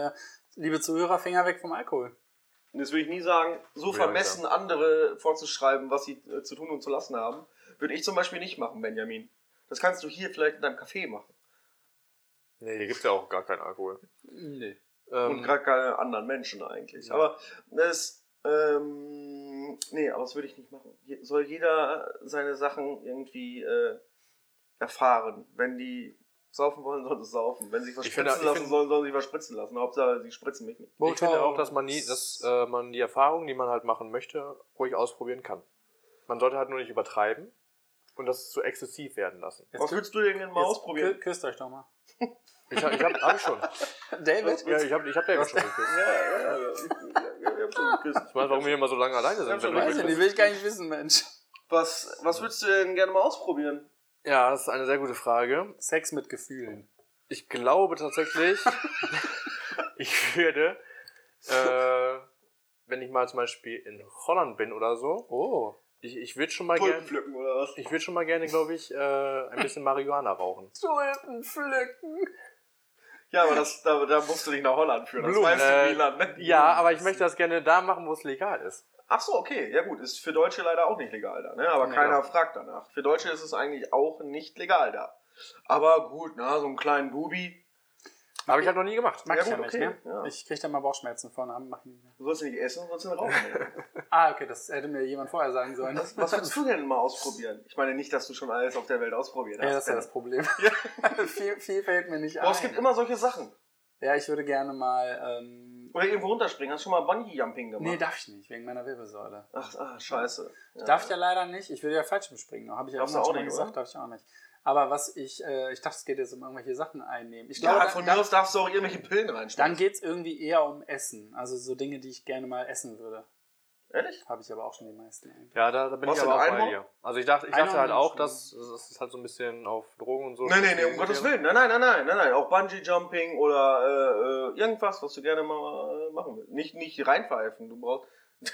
Liebe Zuhörer, Finger weg vom Alkohol. Und das würde ich nie sagen, so vermessen andere vorzuschreiben, was sie äh, zu tun und zu lassen haben, würde ich zum Beispiel nicht machen, Benjamin. Das kannst du hier vielleicht in deinem Café machen. Nee, hier gibt's ja auch gar keinen Alkohol. Nee. Ähm, Und gerade keine anderen Menschen eigentlich. Ja. Aber das, ähm, nee, aber das würde ich nicht machen. Je, soll jeder seine Sachen irgendwie äh, erfahren. Wenn die saufen wollen, sollen sie saufen. Wenn sie sich was Ich spritzen finde- ich lassen finde- sollen, sollen sie sich was spritzen lassen. Hauptsache, sie spritzen mich nicht. ich finde auch, dass man nie, dass äh, man die Erfahrung, die man halt machen möchte, ruhig ausprobieren kann. Man sollte halt nur nicht übertreiben und das zu exzessiv werden lassen. Jetzt Was kü- würdest du denn gerne mal jetzt ausprobieren? kü- Küsst euch doch mal. Ich, hab- ich hab, hab ich schon. David? Ja, ich hab, ich hab David schon geküsst. Ja, ja, ja. ja. Ich, ja wir haben schon geküsst. Ich weiß, warum wir immer so lange alleine Ja, sind. schon Wenn Weiß du ich nicht, will ich gar nicht wissen, Mensch. Was, was würdest du denn gerne mal ausprobieren? ja, das ist eine sehr gute Frage. Sex mit Gefühlen. Ich glaube tatsächlich, ich würde, äh, wenn ich mal zum Beispiel in Holland bin oder so, Oh. ich, ich würde schon mal Tulpen gerne, pflücken oder was? ich würde schon mal gerne, glaube ich, äh, ein bisschen Marihuana rauchen. Tulpen pflücken. Ja, aber das, da, da musst du dich nach Holland führen. Das Blumen, weißt du, äh, Milan, ne? Ja, aber ich möchte das gerne da machen, wo es legal ist. Ach so, okay. Ja gut, ist für Deutsche leider auch nicht legal da, ne? Aber Ja. keiner fragt danach. Für Deutsche ist es eigentlich auch nicht legal da. Aber gut, na, so einen kleinen Bubi. Habe ich halt noch nie gemacht. Mag Ja, ich ja gut, nicht, okay, ne? ja. Ich krieg da mal Bauchschmerzen von, aber mach ich nicht mehr. Du sollst ihn nicht essen, du sollst ihn rauchen. Ah, okay, das hätte mir jemand vorher sagen sollen. was, was würdest du denn mal ausprobieren? Ich meine nicht, dass du schon alles auf der Welt ausprobiert hast. Ja, das ist ja das Problem. viel, viel fällt mir nicht Boah, es ein. gibt immer solche Sachen. Ja, ich würde gerne mal. Ähm, Oder irgendwo runterspringen. Hast du schon mal Bungee-Jumping gemacht? nee, darf ich nicht, wegen meiner Wirbelsäule. Ach, ah, scheiße. Ja. Darf ich ja leider nicht. Ich würde ja Fallschirm springen. Habe ich ja Darfst du irgendwann auch schon mal nicht, gesagt, oder? darf ich auch nicht. Aber was ich, äh, ich dachte, es geht jetzt um irgendwelche Sachen einnehmen. Ich Ja, glaube, von dann, mir aus darfst du auch irgendwelche Pillen dann reinschmeißen. geht es irgendwie eher um Essen. Also so Dinge, die ich gerne mal essen würde. Ehrlich? Habe ich aber auch schon die meisten eigentlich. Ja, da, da bin Was ich aber auch denn, bei Einhorn? dir. Also ich dachte, ich Einhorn dachte halt auch, schon. dass es ist halt so ein bisschen auf Drogen und so. Nein, nein, nee, um Gottes Willen. Nein, nein, nein, nein, nein, nein. Auch Bungee-Jumping oder äh, äh, irgendwas, was du gerne mal äh, machen willst. Nicht, nicht reinpfeifen. Du brauchst.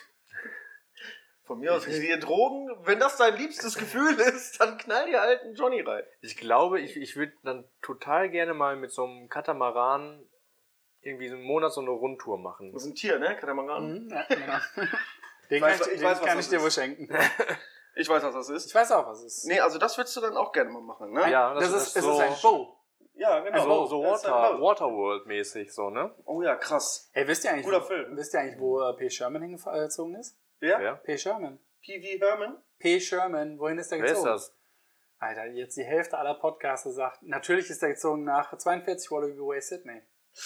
Von mir aus, die Drogen, wenn das dein liebstes Gefühl ist, dann knall dir halt einen Johnny rein. Ich glaube, ich, ich würde dann total gerne mal mit so einem Katamaran irgendwie so einen Monat so eine Rundtour machen. Das ist ein Tier, ne? Katamaran. Mhm, ja, genau. Den Ich weiß- kann ich, ich den weiß, was kann das ich dir ist. wohl schenken. Ich weiß, was das ist. Ich weiß auch, was es ist. Nee, also das würdest du dann auch gerne mal machen, ne? Ja, das, das ist, ist es so- ist ein Bow. Ja, genau. So, so Das ist ein Water, Bow. Waterworld-mäßig, so, ne? Oh ja, krass. Hey, wisst ihr eigentlich, Guter wo, Film. wisst ihr eigentlich, wo äh, P. Sherman hingezogen ist? Wer? Ja. P. Sherman. P V Herman? P. Sherman, wohin ist der Wer ist gezogen? das? Alter, jetzt die Hälfte aller Podcaster sagt, natürlich ist der gezogen nach zweiundvierzig Wallaby Way, Sydney.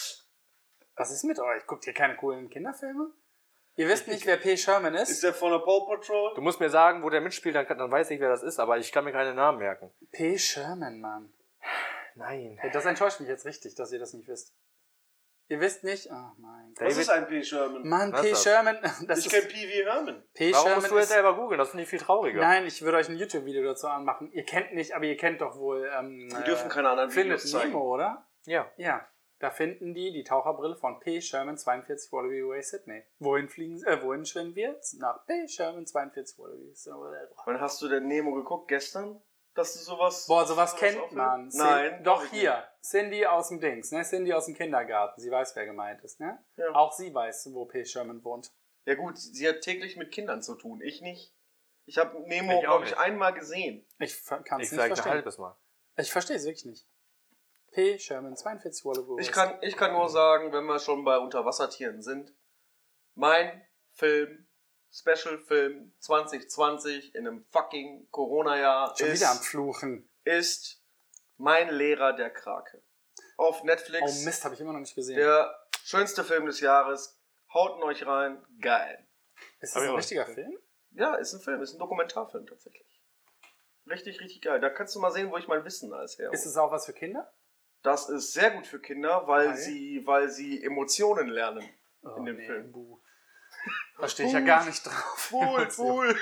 Was ist mit euch? Guckt ihr keine coolen Kinderfilme? Ihr wisst nicht, wer P. Sherman ist? Ist der von der Paw Patrol? Du musst mir sagen, wo der mitspielt, dann, kann- dann weiß ich, wer das ist, aber ich kann mir keine Namen merken. P. Sherman, Mann. Nein. Hey, das enttäuscht mich jetzt richtig, dass ihr das nicht wisst. Ihr wisst nicht? Oh mein Gott. Was ist ein P. Sherman? Mann, Was P. ist das? Sherman, das Ich ist... kenn P V Herman. P. Warum Sherman musst du jetzt ist... selber googeln? Das finde ich viel trauriger. Nein, ich würde euch ein YouTube-Video dazu anmachen. Ihr kennt nicht, aber ihr kennt doch wohl... Ähm, Wir dürfen keine anderen Findet Videos zeigen. Nemo, oder? Ja. Ja. Da finden die die Taucherbrille von P. Sherman zweiundvierzig Wallaby Way, Sydney. Wohin fliegen sie, äh, wohin schwimmen wir jetzt? Nach P. Sherman zweiundvierzig Wallaby. Wann hast du denn Nemo geguckt? Gestern? Dass du sowas... Boah, sowas sowas kennt aufhört? man. Cin- Nein. Doch glaub ich hier. Cindy aus dem Dings, ne? Cindy aus dem Kindergarten. Sie weiß, wer gemeint ist, ne? Ja. Auch sie weiß, wo P. Sherman wohnt. nicht. Ja gut, sie hat täglich mit Kindern zu tun. Ich nicht. Ich habe Nemo, Ich auch glaube ich, nicht. einmal gesehen. Ich kann Ich es nicht sage ein verstehen. halbes Mal. Ich verstehe es wirklich nicht. P. Sherman zweiundvierzig Wallaby Way. Ich kann, ich kann nur sagen, wenn wir schon bei Unterwassertieren sind, mein Film, Special-Film zwanzig zwanzig in einem fucking Corona-Jahr Schon wieder am ist, Fluchen. ist Mein Lehrer der Krake. Auf Oh Netflix. Mist, habe ich immer noch nicht gesehen. Der schönste Film des Jahres. Haut ihn euch rein. Geil. Ist Hab das ich ein auch richtiger Film? Ja, ist ein Film, ist ein Dokumentarfilm tatsächlich. Richtig, richtig geil. Da kannst du mal sehen, wo ich mein Wissen alles her. Ist es auch was für Kinder? Das ist sehr gut für Kinder, weil Weil? sie, weil sie Emotionen lernen Oh, in dem nee, Film. buh. Da stehe ich ja gar nicht drauf. Cool, cool.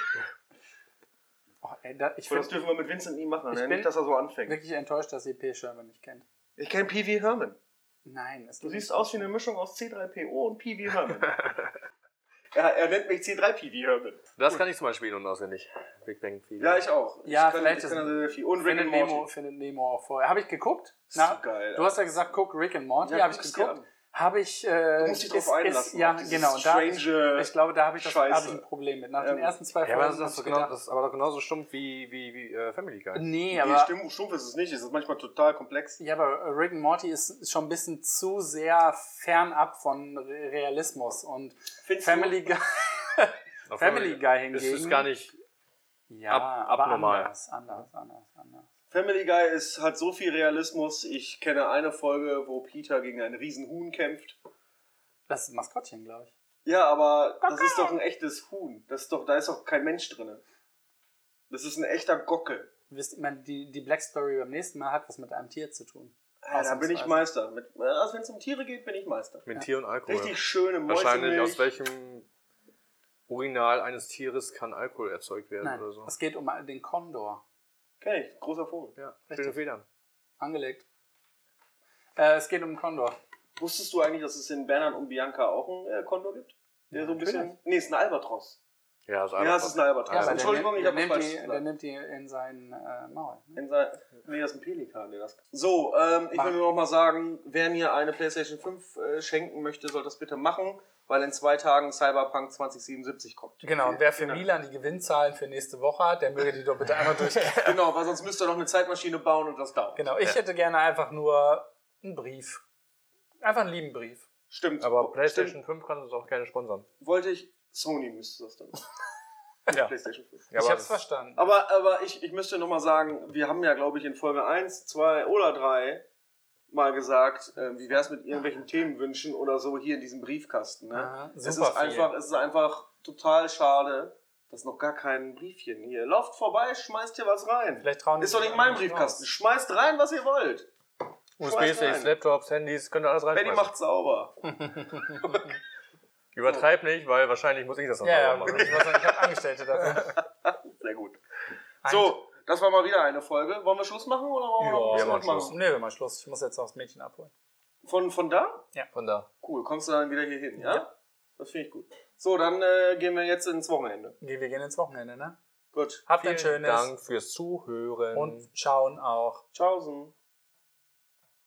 Oh, ey, da, ich Und das bin dürfen wir mit Vincent nie machen, Ich ne? bin- Nicht, dass er so anfängt. wirklich enttäuscht, dass ihr P. Sherman nicht kennt. Ich kenne P V Herman. Nein, es Du geht siehst nicht. aus wie eine Mischung aus C drei P O und P V Herman. er, er nennt mich C drei P V Herman. Das kann ich zum Beispiel in- und auswendig. Big Bang Theory. Ja, ich auch. Ja, ich kann, vielleicht ich ist- kann also sehr viel. Und Rick Findet and Nemo, Morty. findet Nemo auch vorher. Habe ich geguckt? Ist so geil, du hast ja gesagt, guck Rick and Morty, Ja, habe ich guck's dir geguckt. an. Habe ich. Äh, Du musst dich drauf einlassen, ja, auf dieses genau. Und da hab ich, strange ich glaube, da habe ich, das- Scheiße. hab ich ein Problem mit. Nach den Ähm, ersten zwei Ja, aber Folgen. das, hab ist ich genau, gedacht, das ist aber doch genauso stumpf wie, wie, wie äh, Family Guy. nee, Nee, aber. stumpf, stumpf ist es nicht. Es ist manchmal total komplex. Ja, aber Rick and Morty ist ist schon ein bisschen zu sehr fernab von Re- Realismus. Und Findest Family Guy. Auf Family Guy hingegen. Das ist gar nicht. Ja, ab- aber abnormal. anders, anders, anders, anders. Family Guy ist, hat so viel Realismus. Ich kenne eine Folge, wo Peter gegen einen Riesenhuhn kämpft. Das ist ein Maskottchen, glaube ich. Ja, aber das ist doch ein echtes Huhn. Das ist doch, da ist doch kein Mensch drin. Das ist ein echter Gockel. Du wisst immer, die, die Black Story beim nächsten Mal hat was mit einem Tier zu tun. Ja, da bin ich Ausnahmsweise. Meister. Mit, also wenn es um Tiere geht, bin ich Meister. Mit Tier und Alkohol. Richtig schöne Wahrscheinlich Mäusemilch. aus welchem Urinal eines Tieres kann Alkohol erzeugt werden Nein, oder so. es geht um den Kondor. Kenn ich, großer Vogel. Ja, Richtig. schöne Federn. Angelegt. Äh, es geht um den Kondor. Wusstest du eigentlich, dass es in Bernhard und Bianca auch einen äh, Kondor gibt? Der Ja, so ein bisschen. natürlich. Nee, ist ein Albatros. Ja, das ist Ja, es ist ein Albatros. Ja, aber der Entschuldigung, nimmt, ich habe der, was nimmt falsch die, der gesagt. nimmt die in sein äh, Maul. Ne? In sein, nee, das ist ein Pelikan, der das. So, ähm, ich will nur noch mal sagen, wer mir eine PlayStation fünf äh, schenken möchte, soll das bitte machen, weil in zwei Tagen Cyberpunk zwanzig siebenundsiebzig kommt. Genau, und wer für Genau. Milan die Gewinnzahlen für nächste Woche hat, der möge die doch bitte einmal durchgehen. Genau, weil sonst müsst ihr noch eine Zeitmaschine bauen und das dauert. Genau, ich hätte gerne einfach nur einen Brief. Einfach einen lieben Brief. Stimmt. Aber PlayStation Stimmt. fünf kann uns auch gerne sponsern. Wollte ich. Sony müsste das dann. Ja. PlayStation fünf. Ja, ich aber hab's verstanden. Aber, aber ich, ich müsste noch mal sagen, wir haben ja, glaube ich, in Folge eins, zwei oder drei mal gesagt, äh, wie wäre es mit irgendwelchen Themenwünschen oder so hier in diesem Briefkasten. Ne? Aha, es, ist super viel. einfach, es ist einfach total schade, dass noch gar kein Briefchen hier. Lauft vorbei, schmeißt hier was rein. Vielleicht trauen die Ist doch sich nicht mein nicht Briefkasten. raus. Schmeißt rein, was ihr wollt. U S Schmeißt B-Sticks, rein. Laptops, Handys, könnt ihr alles Benny reinschmeißen. macht sauber. Übertreib nicht, weil wahrscheinlich muss ich das noch Ja, ja, sauber ich machen. weiß nicht, ich habe Angestellte dafür. Sehr gut. Ein- So, das war mal wieder eine Folge. Wollen wir Schluss machen oder wollen wir noch ein Ja, bisschen wir was machen machen? Nee, wir machen Schluss. Ich muss jetzt noch das Mädchen abholen. Von, von da? Von da. Cool, kommst du dann wieder hier hin, ja? Ja. Das finde ich gut. So, dann äh, gehen wir jetzt ins Wochenende. Wir gehen ins Wochenende, ne? Gut. Habt ein Vielen schönes Dank fürs Zuhören. und schauen auch. Tschaußen.